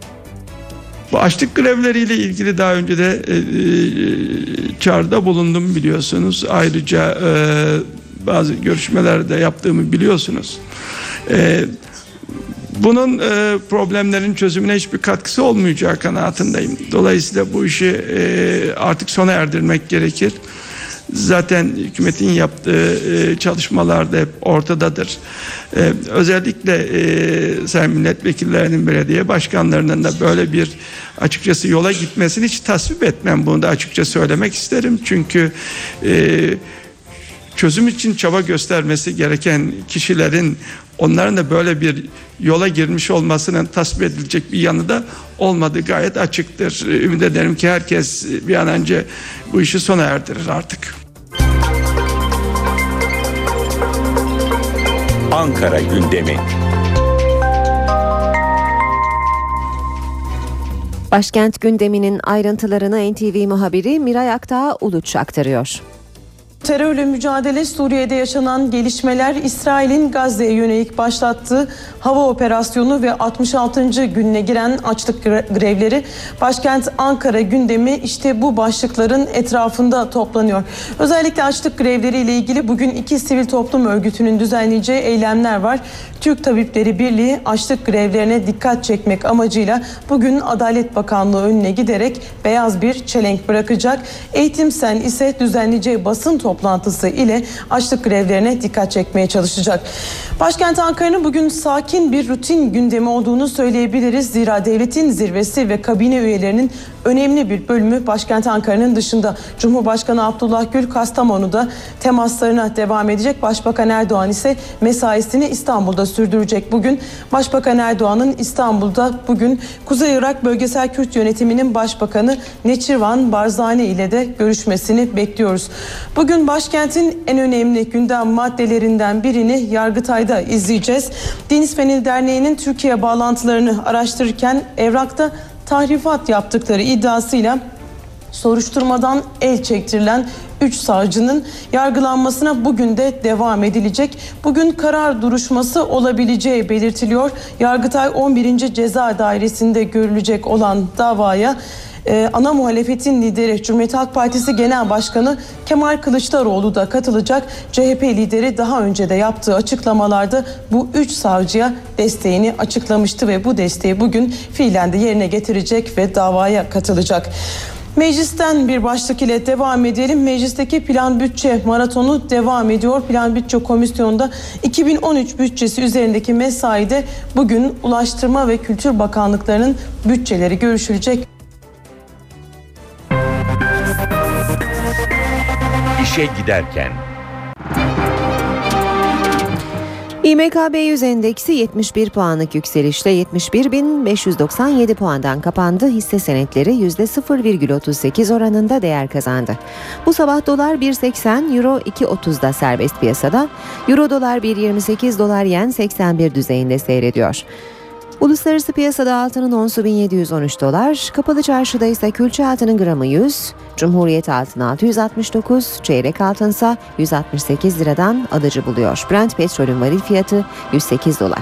Bu açlık grevleriyle ilgili daha önce de e, e, çağrıda bulundum biliyorsunuz. Ayrıca e, bazı görüşmelerde yaptığımı biliyorsunuz. E, Bunun e, problemlerin çözümüne hiçbir katkısı olmayacağı kanaatindeyim. Dolayısıyla bu işi e, artık sona erdirmek gerekir. Zaten hükümetin yaptığı e, çalışmalar da hep ortadadır. E, özellikle e, sayın milletvekillerinin, belediye başkanlarının da böyle bir açıkçası yola gitmesini hiç tasvip etmem. Bunu da açıkça söylemek isterim. Çünkü e, çözüm için çaba göstermesi gereken kişilerin onların da böyle bir yola girmiş olmasının tasvip edilecek bir yanı da olmadığı gayet açıktır. Ümit ederim ki herkes bir an önce bu işi sona erdirir artık. Ankara gündemi. Başkent gündeminin ayrıntılarını N T V muhabiri Miray Aktağ Uluç aktarıyor. Terörle mücadele, Suriye'de yaşanan gelişmeler, İsrail'in Gazze'ye yönelik başlattığı hava operasyonu ve altmış altıncı gününe giren açlık grevleri, başkent Ankara gündemi işte bu başlıkların etrafında toplanıyor. Özellikle açlık grevleriyle ilgili bugün iki sivil toplum örgütünün düzenleyeceği eylemler var. Türk Tabipleri Birliği açlık grevlerine dikkat çekmek amacıyla bugün Adalet Bakanlığı önüne giderek beyaz bir çelenk bırakacak. Eğitim Sen ise düzenleyeceği basın toplantısı ile açlık grevlerine dikkat çekmeye çalışacak. Başkent Ankara'nın bugün sakin bir rutin gündemi olduğunu söyleyebiliriz. Zira devletin zirvesi ve kabine üyelerinin önemli bir bölümü başkent Ankara'nın dışında. Cumhurbaşkanı Abdullah Gül Kastamonu'da temaslarına devam edecek. Başbakan Erdoğan ise mesaisini İstanbul'da sürdürecek bugün. Başbakan Erdoğan'ın İstanbul'da bugün Kuzey Irak Bölgesel Kürt Yönetimi'nin Başbakanı Neçirvan Barzani ile de görüşmesini bekliyoruz. Bugün başkentin en önemli gündem maddelerinden birini Yargıtay'da izleyeceğiz. Din İsmeni Derneği'nin Türkiye bağlantılarını araştırırken evrakta tahrifat yaptıkları iddiasıyla soruşturmadan el çektirilen üç savcının yargılanmasına bugün de devam edilecek. Bugün karar duruşması olabileceği belirtiliyor. Yargıtay on birinci Ceza Dairesi'nde görülecek olan davaya Ee, ana muhalefetin lideri Cumhuriyet Halk Partisi Genel Başkanı Kemal Kılıçdaroğlu da katılacak. C H P lideri daha önce de yaptığı açıklamalarda bu üç savcıya desteğini açıklamıştı ve bu desteği bugün fiilen de yerine getirecek ve davaya katılacak. Meclisten bir başlık ile devam edelim. Meclisteki plan bütçe maratonu devam ediyor. Plan bütçe komisyonunda iki bin on üç bütçesi üzerindeki mesaide bugün Ulaştırma ve Kültür Bakanlıklarının bütçeleri görüşülecek. İşe giderken. İ M K B yüz endeksi yetmiş bir puanlık yükselişle yetmiş bir bin beş yüz doksan yedi puandan kapandı. Hisse senetleri yüzde sıfır virgül otuz sekiz oranında değer kazandı. Bu sabah dolar bir virgül seksen, euro iki virgül otuzda serbest piyasada. Euro dolar bir virgül yirmi sekiz, dolar yen seksen bir düzeyinde seyrediyor. Uluslararası piyasada altının onsu bin yedi yüz on üç dolar, kapalı çarşıda ise külçe altının gramı yüz, Cumhuriyet altın altı yüz altmış dokuz, çeyrek altınsa yüz altmış sekiz liradan alıcı buluyor. Brent petrolün varil fiyatı yüz sekiz dolar.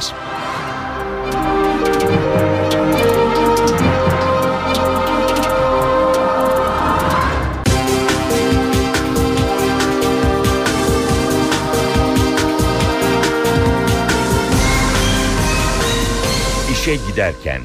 İşe giderken.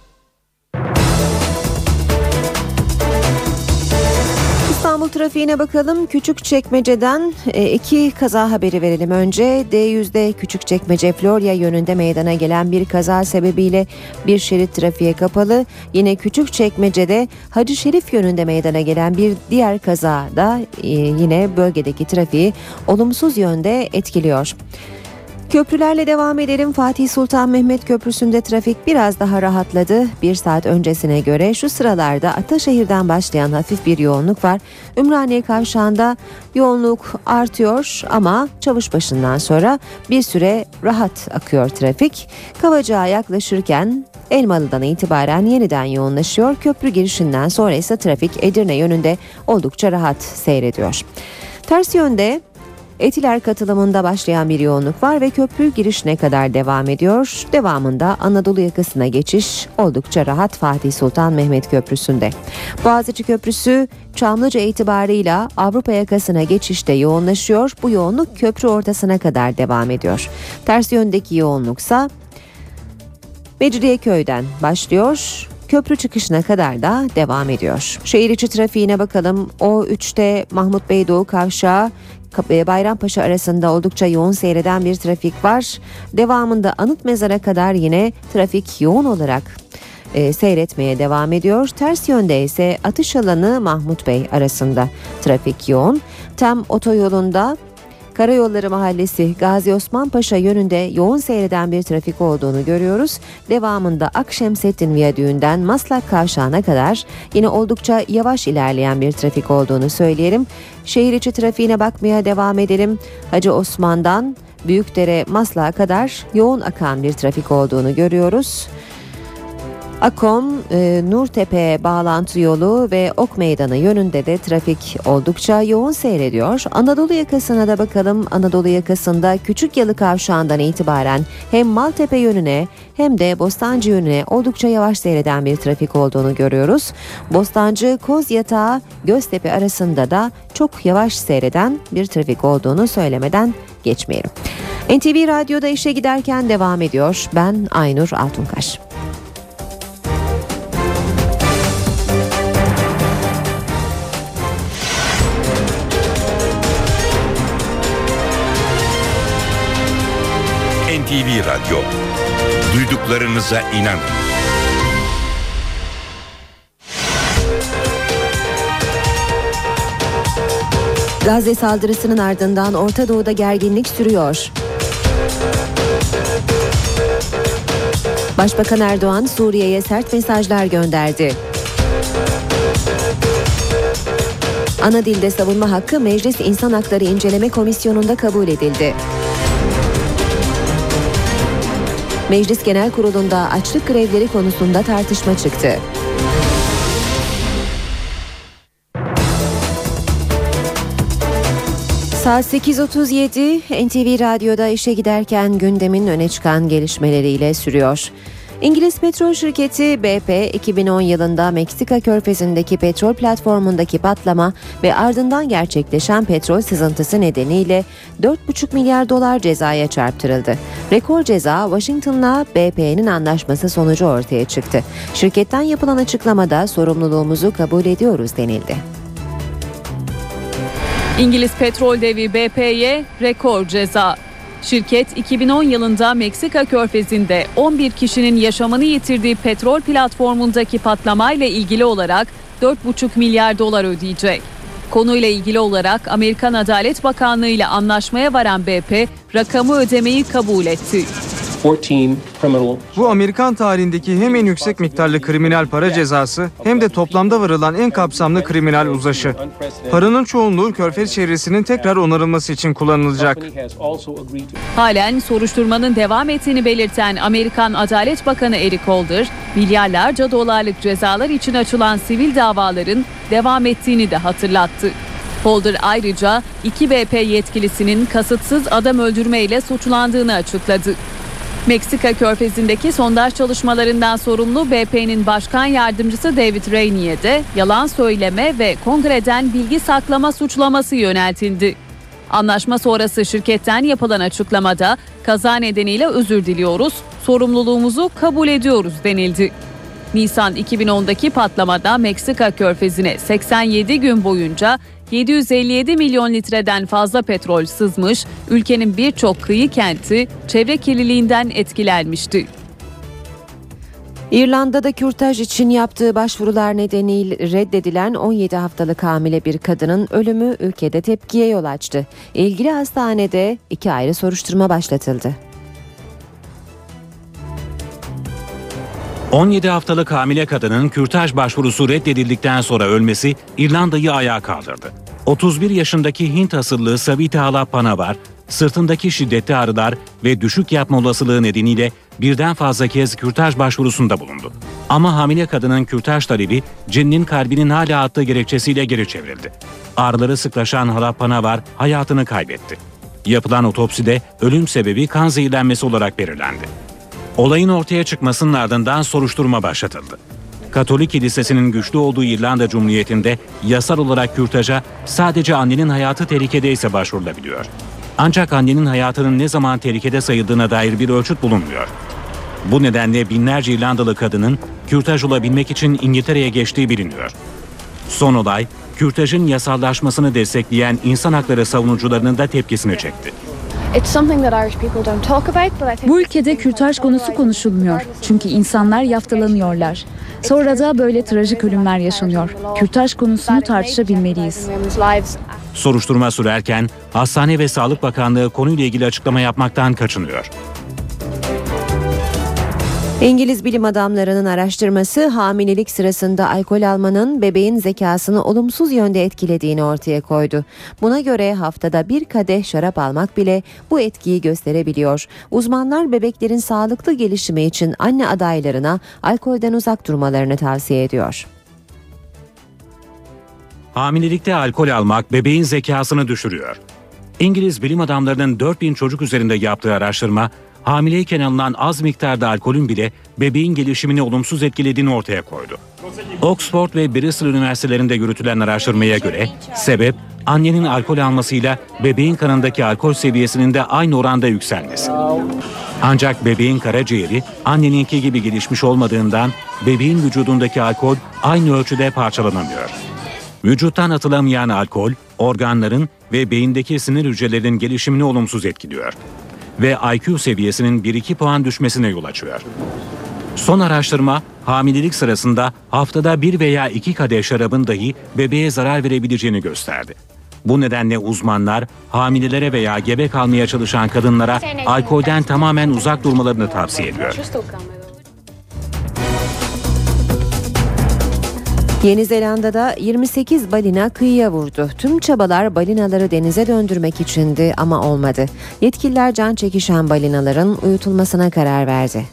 İstanbul trafiğine bakalım. Küçükçekmece'den iki kaza haberi verelim önce. D yüzde Küçükçekmece Florya yönünde meydana gelen bir kaza sebebiyle bir şerit trafiğe kapalı. Yine Küçükçekmece'de Hacı Şerif yönünde meydana gelen bir diğer kaza da yine bölgedeki trafiği olumsuz yönde etkiliyor. Köprülerle devam edelim. Fatih Sultan Mehmet Köprüsü'nde trafik biraz daha rahatladı. Bir saat öncesine göre şu sıralarda Ataşehir'den başlayan hafif bir yoğunluk var. Ümraniye Kavşağı'nda yoğunluk artıyor ama Çavuşbaşı'ndan sonra bir süre rahat akıyor trafik. Kavacık'a yaklaşırken Elmalı'dan itibaren yeniden yoğunlaşıyor. Köprü girişinden sonra ise trafik Edirne yönünde oldukça rahat seyrediyor. Ters yönde Etiler katılımında başlayan bir yoğunluk var ve köprü girişine kadar devam ediyor. Devamında Anadolu yakasına geçiş oldukça rahat Fatih Sultan Mehmet Köprüsü'nde. Boğaziçi Köprüsü Çamlıca itibarıyla Avrupa yakasına geçişte yoğunlaşıyor. Bu yoğunluk köprü ortasına kadar devam ediyor. Ters yöndeki yoğunluksa Mecidiyeköy'den başlıyor. Köprü çıkışına kadar da devam ediyor. Şehir içi trafiğine bakalım. O üçte Mahmut Bey Doğu Kavşağı Bayrampaşa arasında oldukça yoğun seyreden bir trafik var. Devamında Anıt Mezar'a kadar yine trafik yoğun olarak e, seyretmeye devam ediyor. Ters yönde ise Atış Alanı Mahmut Bey arasında trafik yoğun. Tem otoyolunda Karayolları Mahallesi Gazi Osman Paşa yönünde yoğun seyreden bir trafik olduğunu görüyoruz. Devamında Akşemseddin Viyadüğü'nden Maslak Kavşağı'na kadar yine oldukça yavaş ilerleyen bir trafik olduğunu söyleyelim. Şehir içi trafiğine bakmaya devam edelim. Hacı Osman'dan Büyükdere Maslak'a kadar yoğun akan bir trafik olduğunu görüyoruz. Akom, e, Nurtepe bağlantı yolu ve Ok Meydanı yönünde de trafik oldukça yoğun seyrediyor. Anadolu yakasına da bakalım. Anadolu yakasında Küçükyalı Kavşağı'ndan itibaren hem Maltepe yönüne hem de Bostancı yönüne oldukça yavaş seyreden bir trafik olduğunu görüyoruz. Bostancı, Kozyatağı, Göztepe arasında da çok yavaş seyreden bir trafik olduğunu söylemeden geçmeyelim. N T V Radyo'da işe giderken devam ediyor. Ben Aynur Altunkaş. N T V Radyo. Duyduklarınıza inanın. Gazze saldırısının ardından Orta Doğu'da gerginlik sürüyor. Başbakan Erdoğan Suriye'ye sert mesajlar gönderdi. Ana dilde savunma hakkı Meclis İnsan Hakları İnceleme Komisyonu'nda kabul edildi. Meclis Genel Kurulu'nda açlık grevleri konusunda tartışma çıktı. Saat sekiz otuz yedi N T V Radyo'da işe giderken gündemin öne çıkan gelişmeleriyle sürüyor. İngiliz petrol şirketi B P iki bin on yılında Meksika Körfezi'ndeki petrol platformundaki patlama ve ardından gerçekleşen petrol sızıntısı nedeniyle dört buçuk milyar dolar cezaya çarptırıldı. Rekor ceza Washington'la B P'nin anlaşması sonucu ortaya çıktı. Şirketten yapılan açıklamada sorumluluğumuzu kabul ediyoruz denildi. İngiliz petrol devi B P'ye rekor ceza. Şirket iki bin on yılında Meksika Körfezi'nde on bir kişinin yaşamını yitirdiği petrol platformundaki patlamayla ilgili olarak dört buçuk milyar dolar ödeyecek. Konuyla ilgili olarak Amerikan Adalet Bakanlığı ile anlaşmaya varan B P rakamı ödemeyi kabul etti. Bu Amerikan tarihindeki hem en yüksek miktarlı kriminal para cezası hem de toplamda varılan en kapsamlı kriminal uzaşı. Paranın çoğunluğu Körfez çevresinin tekrar onarılması için kullanılacak. Halen soruşturmanın devam ettiğini belirten Amerikan Adalet Bakanı Eric Holder, milyarlarca dolarlık cezalar için açılan sivil davaların devam ettiğini de hatırlattı. Holder ayrıca iki B P yetkilisinin kasıtsız adam öldürmeyle suçlandığını açıkladı. Meksika Körfezi'ndeki sondaj çalışmalarından sorumlu B P'nin başkan yardımcısı David Rainey'e de yalan söyleme ve kongreden bilgi saklama suçlaması yöneltildi. Anlaşma sonrası şirketten yapılan açıklamada kaza nedeniyle özür diliyoruz, sorumluluğumuzu kabul ediyoruz denildi. Nisan iki bin ondaki patlamada Meksika Körfezi'ne seksen yedi gün boyunca yedi yüz elli yedi milyon litreden fazla petrol sızmış, ülkenin birçok kıyı kenti çevre kirliliğinden etkilenmişti. İrlanda'da kürtaj için yaptığı başvurular nedeniyle reddedilen on yedi haftalık hamile bir kadının ölümü ülkede tepkiye yol açtı. İlgili hastanede iki ayrı soruşturma başlatıldı. on yedi haftalık hamile kadının kürtaj başvurusu reddedildikten sonra ölmesi İrlanda'yı ayağa kaldırdı. otuz bir yaşındaki Hint asıllı Savita Halappanavar, sırtındaki şiddetli ağrılar ve düşük yapma olasılığı nedeniyle birden fazla kez kürtaj başvurusunda bulundu. Ama hamile kadının kürtaj talebi Cennin kalbinin hala attığı gerekçesiyle geri çevrildi. Ağrıları sıklaşan Halappanavar hayatını kaybetti. Yapılan otopside ölüm sebebi kan zehirlenmesi olarak belirlendi. Olayın ortaya çıkmasının ardından soruşturma başlatıldı. Katolik Kilisesi'nin güçlü olduğu İrlanda Cumhuriyeti'nde yasal olarak kürtaja sadece annenin hayatı tehlikedeyse başvurulabiliyor. Ancak annenin hayatının ne zaman tehlikede sayıldığına dair bir ölçüt bulunmuyor. Bu nedenle binlerce İrlandalı kadının kürtaj olabilmek için İngiltere'ye geçtiği biliniyor. Son olay, kürtajın yasallaşmasını destekleyen insan hakları savunucularının da tepkisini çekti. Bu ülkede kürtaj konusu konuşulmuyor. Çünkü insanlar yaftalanıyorlar. Sonra da böyle trajik ölümler yaşanıyor. Kürtaj konusunu tartışabilmeliyiz. Soruşturma sürerken Hastane ve Sağlık Bakanlığı konuyla ilgili açıklama yapmaktan kaçınıyor. İngiliz bilim adamlarının araştırması hamilelik sırasında alkol almanın bebeğin zekasını olumsuz yönde etkilediğini ortaya koydu. Buna göre haftada bir kadeh şarap almak bile bu etkiyi gösterebiliyor. Uzmanlar bebeklerin sağlıklı gelişimi için anne adaylarına alkolden uzak durmalarını tavsiye ediyor. Hamilelikte alkol almak bebeğin zekasını düşürüyor. İngiliz bilim adamlarının dört bin çocuk üzerinde yaptığı araştırma, hamileyken alınan az miktarda alkolün bile bebeğin gelişimini olumsuz etkilediğini ortaya koydu. Oxford ve Bristol üniversitelerinde yürütülen araştırmaya göre sebep annenin alkol almasıyla bebeğin kanındaki alkol seviyesinin de aynı oranda yükselmesi. Ancak bebeğin karaciğeri anneninki gibi gelişmiş olmadığından bebeğin vücudundaki alkol aynı ölçüde parçalanamıyor. Vücuttan atılamayan alkol, organların ve beyindeki sinir hücrelerinin gelişimini olumsuz etkiliyor ve I Q seviyesinin bir iki puan düşmesine yol açıyor. Son araştırma, hamilelik sırasında haftada bir veya iki kadeh şarabın dahi bebeğe zarar verebileceğini gösterdi. Bu nedenle uzmanlar, hamilelere veya gebe kalmaya çalışan kadınlara alkolden tamamen uzak durmalarını tavsiye ediyor. Yeni Zelanda'da yirmi sekiz balina kıyıya vurdu. Tüm çabalar balinaları denize döndürmek içindi ama olmadı. Yetkililer can çekişen balinaların uyutulmasına karar verdi.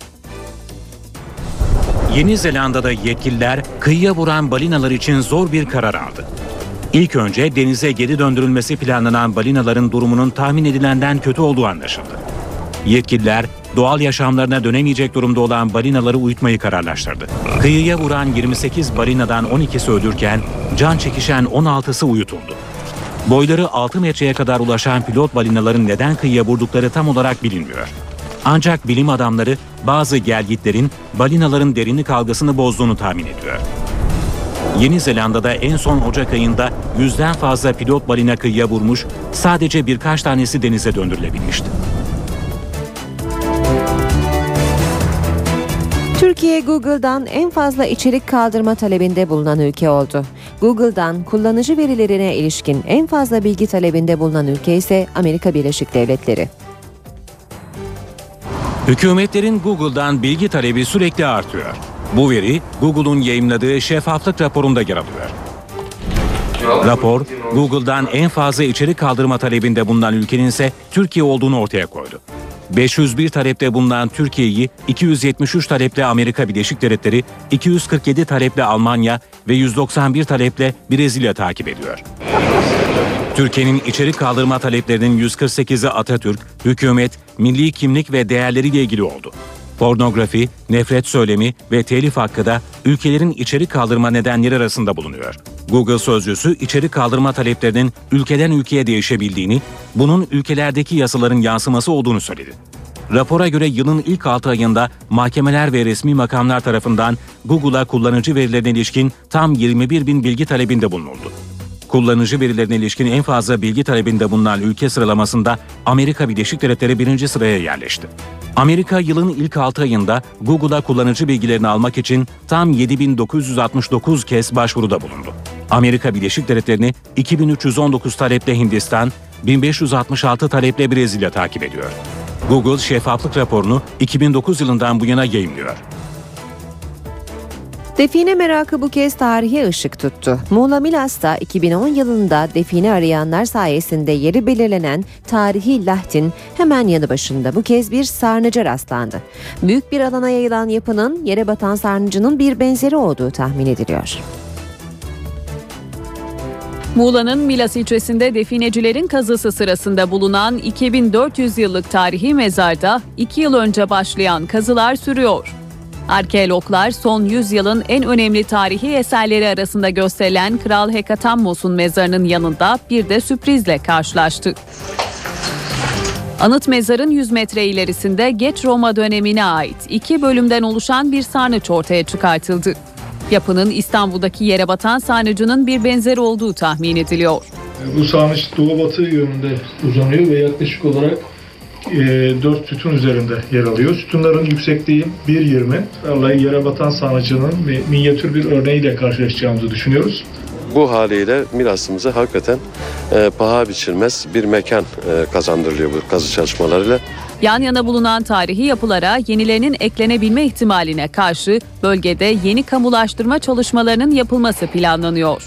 Yeni Zelanda'da yetkililer kıyıya vuran balinalar için zor bir karar aldı. İlk önce denize geri döndürülmesi planlanan balinaların durumunun tahmin edilenden kötü olduğu anlaşıldı. Yetkililer doğal yaşamlarına dönemeyecek durumda olan balinaları uyutmayı kararlaştırdı. Kıyıya vuran yirmi sekiz balinadan on ikisi ölürken can çekişen on altısı uyutuldu. Boyları altı metreye kadar ulaşan pilot balinaların neden kıyıya vurdukları tam olarak bilinmiyor. Ancak bilim adamları bazı gelgitlerin balinaların derinlik algısını bozduğunu tahmin ediyor. Yeni Zelanda'da en son Ocak ayında yüzden fazla pilot balina kıyıya vurmuş, sadece birkaç tanesi denize döndürülebilmişti. Türkiye, Google'dan en fazla içerik kaldırma talebinde bulunan ülke oldu. Google'dan kullanıcı verilerine ilişkin en fazla bilgi talebinde bulunan ülke ise Amerika Birleşik Devletleri. Hükümetlerin Google'dan bilgi talebi sürekli artıyor. Bu veri Google'un yayımladığı şeffaflık raporunda yer alıyor. Rapor, Google'dan en fazla içerik kaldırma talebinde bulunan ülkenin ise Türkiye olduğunu ortaya koydu. beş yüz bir talepte bulunan Türkiye'yi iki yüz yetmiş üç taleple Amerika Birleşik Devletleri, iki yüz kırk yedi taleple Almanya ve yüz doksan bir taleple Brezilya takip ediyor. Türkiye'nin içerik kaldırma taleplerinin yüz kırk sekizi Atatürk, hükümet, milli kimlik ve değerleriyle ilgili oldu. Pornografi, nefret söylemi ve telif hakkı da ülkelerin içerik kaldırma nedenleri arasında bulunuyor. Google sözcüsü içerik kaldırma taleplerinin ülkeden ülkeye değişebildiğini, bunun ülkelerdeki yasaların yansıması olduğunu söyledi. Rapora göre yılın ilk altı ayında mahkemeler ve resmi makamlar tarafından Google'a kullanıcı verilerine ilişkin tam yirmi bir bin bilgi talebinde bulunuldu. Kullanıcı verilerine ilişkin en fazla bilgi talebinde bulunan ülke sıralamasında Amerika Birleşik Devletleri birinci sıraya yerleşti. Amerika yılın ilk altı ayında Google'a kullanıcı bilgilerini almak için tam yedi bin dokuz yüz altmış dokuz kez başvuruda bulundu. Amerika Birleşik Devletleri'ni iki bin üç yüz on dokuz taleple Hindistan, bin beş yüz altmış altı taleple Brezilya takip ediyor. Google şeffaflık raporunu iki bin dokuz yılından bu yana yayımlıyor. Define merakı bu kez tarihe ışık tuttu. Muğla Milas'ta iki bin on yılında define arayanlar sayesinde yeri belirlenen tarihi Lahtin hemen yanı başında bu kez bir sarnıca rastlandı. Büyük bir alana yayılan yapının yere batan sarnıcının bir benzeri olduğu tahmin ediliyor. Muğla'nın Milas ilçesinde definecilerin kazısı sırasında bulunan iki bin dört yüz yıllık tarihi mezarda iki yıl önce başlayan kazılar sürüyor. Arkeologlar son yüzyılın en önemli tarihi eserleri arasında gösterilen Kral Hekatammos'un mezarının yanında bir de sürprizle karşılaştı. Anıt mezarın yüz metre ilerisinde geç Roma dönemine ait iki bölümden oluşan bir sarnıç ortaya çıkartıldı. Yapının İstanbul'daki yere batan sarnıcının bir benzeri olduğu tahmin ediliyor. Bu sarnıç doğu-batı yönünde uzanıyor ve yaklaşık olarak dört sütun üzerinde yer alıyor. Sütunların yüksekliği bir yirmi. Vallahi yere batan sarnıcının minyatür bir örneğiyle karşılaşacağımızı düşünüyoruz. bu haliyle mirasımıza hakikaten e, paha biçilmez bir mekan e, kazandırılıyor bu kazı çalışmalarıyla. Yan yana bulunan tarihi yapılara yenilerinin eklenebilme ihtimaline karşı bölgede yeni kamulaştırma çalışmalarının yapılması planlanıyor.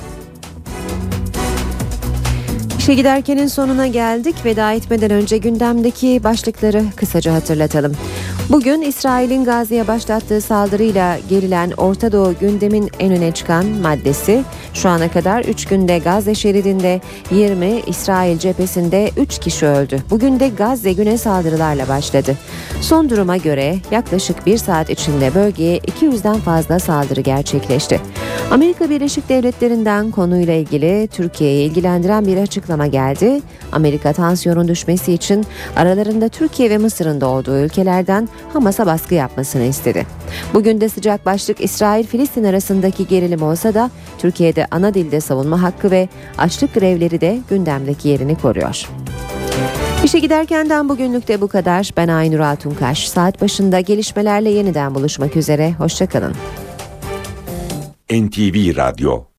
İşe giderkenin sonuna geldik. Veda etmeden önce gündemdeki başlıkları kısaca hatırlatalım. Bugün İsrail'in Gazze'ye başlattığı saldırıyla gerilen Orta Doğu gündemin en öne çıkan maddesi. Şu ana kadar üç günde Gazze şeridinde yirmi, İsrail cephesinde üç kişi öldü. Bugün de Gazze güne saldırılarla başladı. Son duruma göre yaklaşık bir saat içinde bölgeye iki yüzden fazla saldırı gerçekleşti. Amerika Birleşik Devletleri'nden konuyla ilgili Türkiye'yi ilgilendiren bir açıklama geldi. Amerika tansiyonun düşmesi için aralarında Türkiye ve Mısır'ın da olduğu ülkelerden Hamas'a baskı yapmasını istedi. Bugün de sıcak başlık İsrail-Filistin arasındaki gerilim olsa da Türkiye'de ana dilde savunma hakkı ve açlık grevleri de gündemdeki yerini koruyor. İşe giderkenden bugünlük de bu kadar. Ben Aynur Altunkaş. Saat başında gelişmelerle yeniden buluşmak üzere. Hoşça kalın. N T V Radyo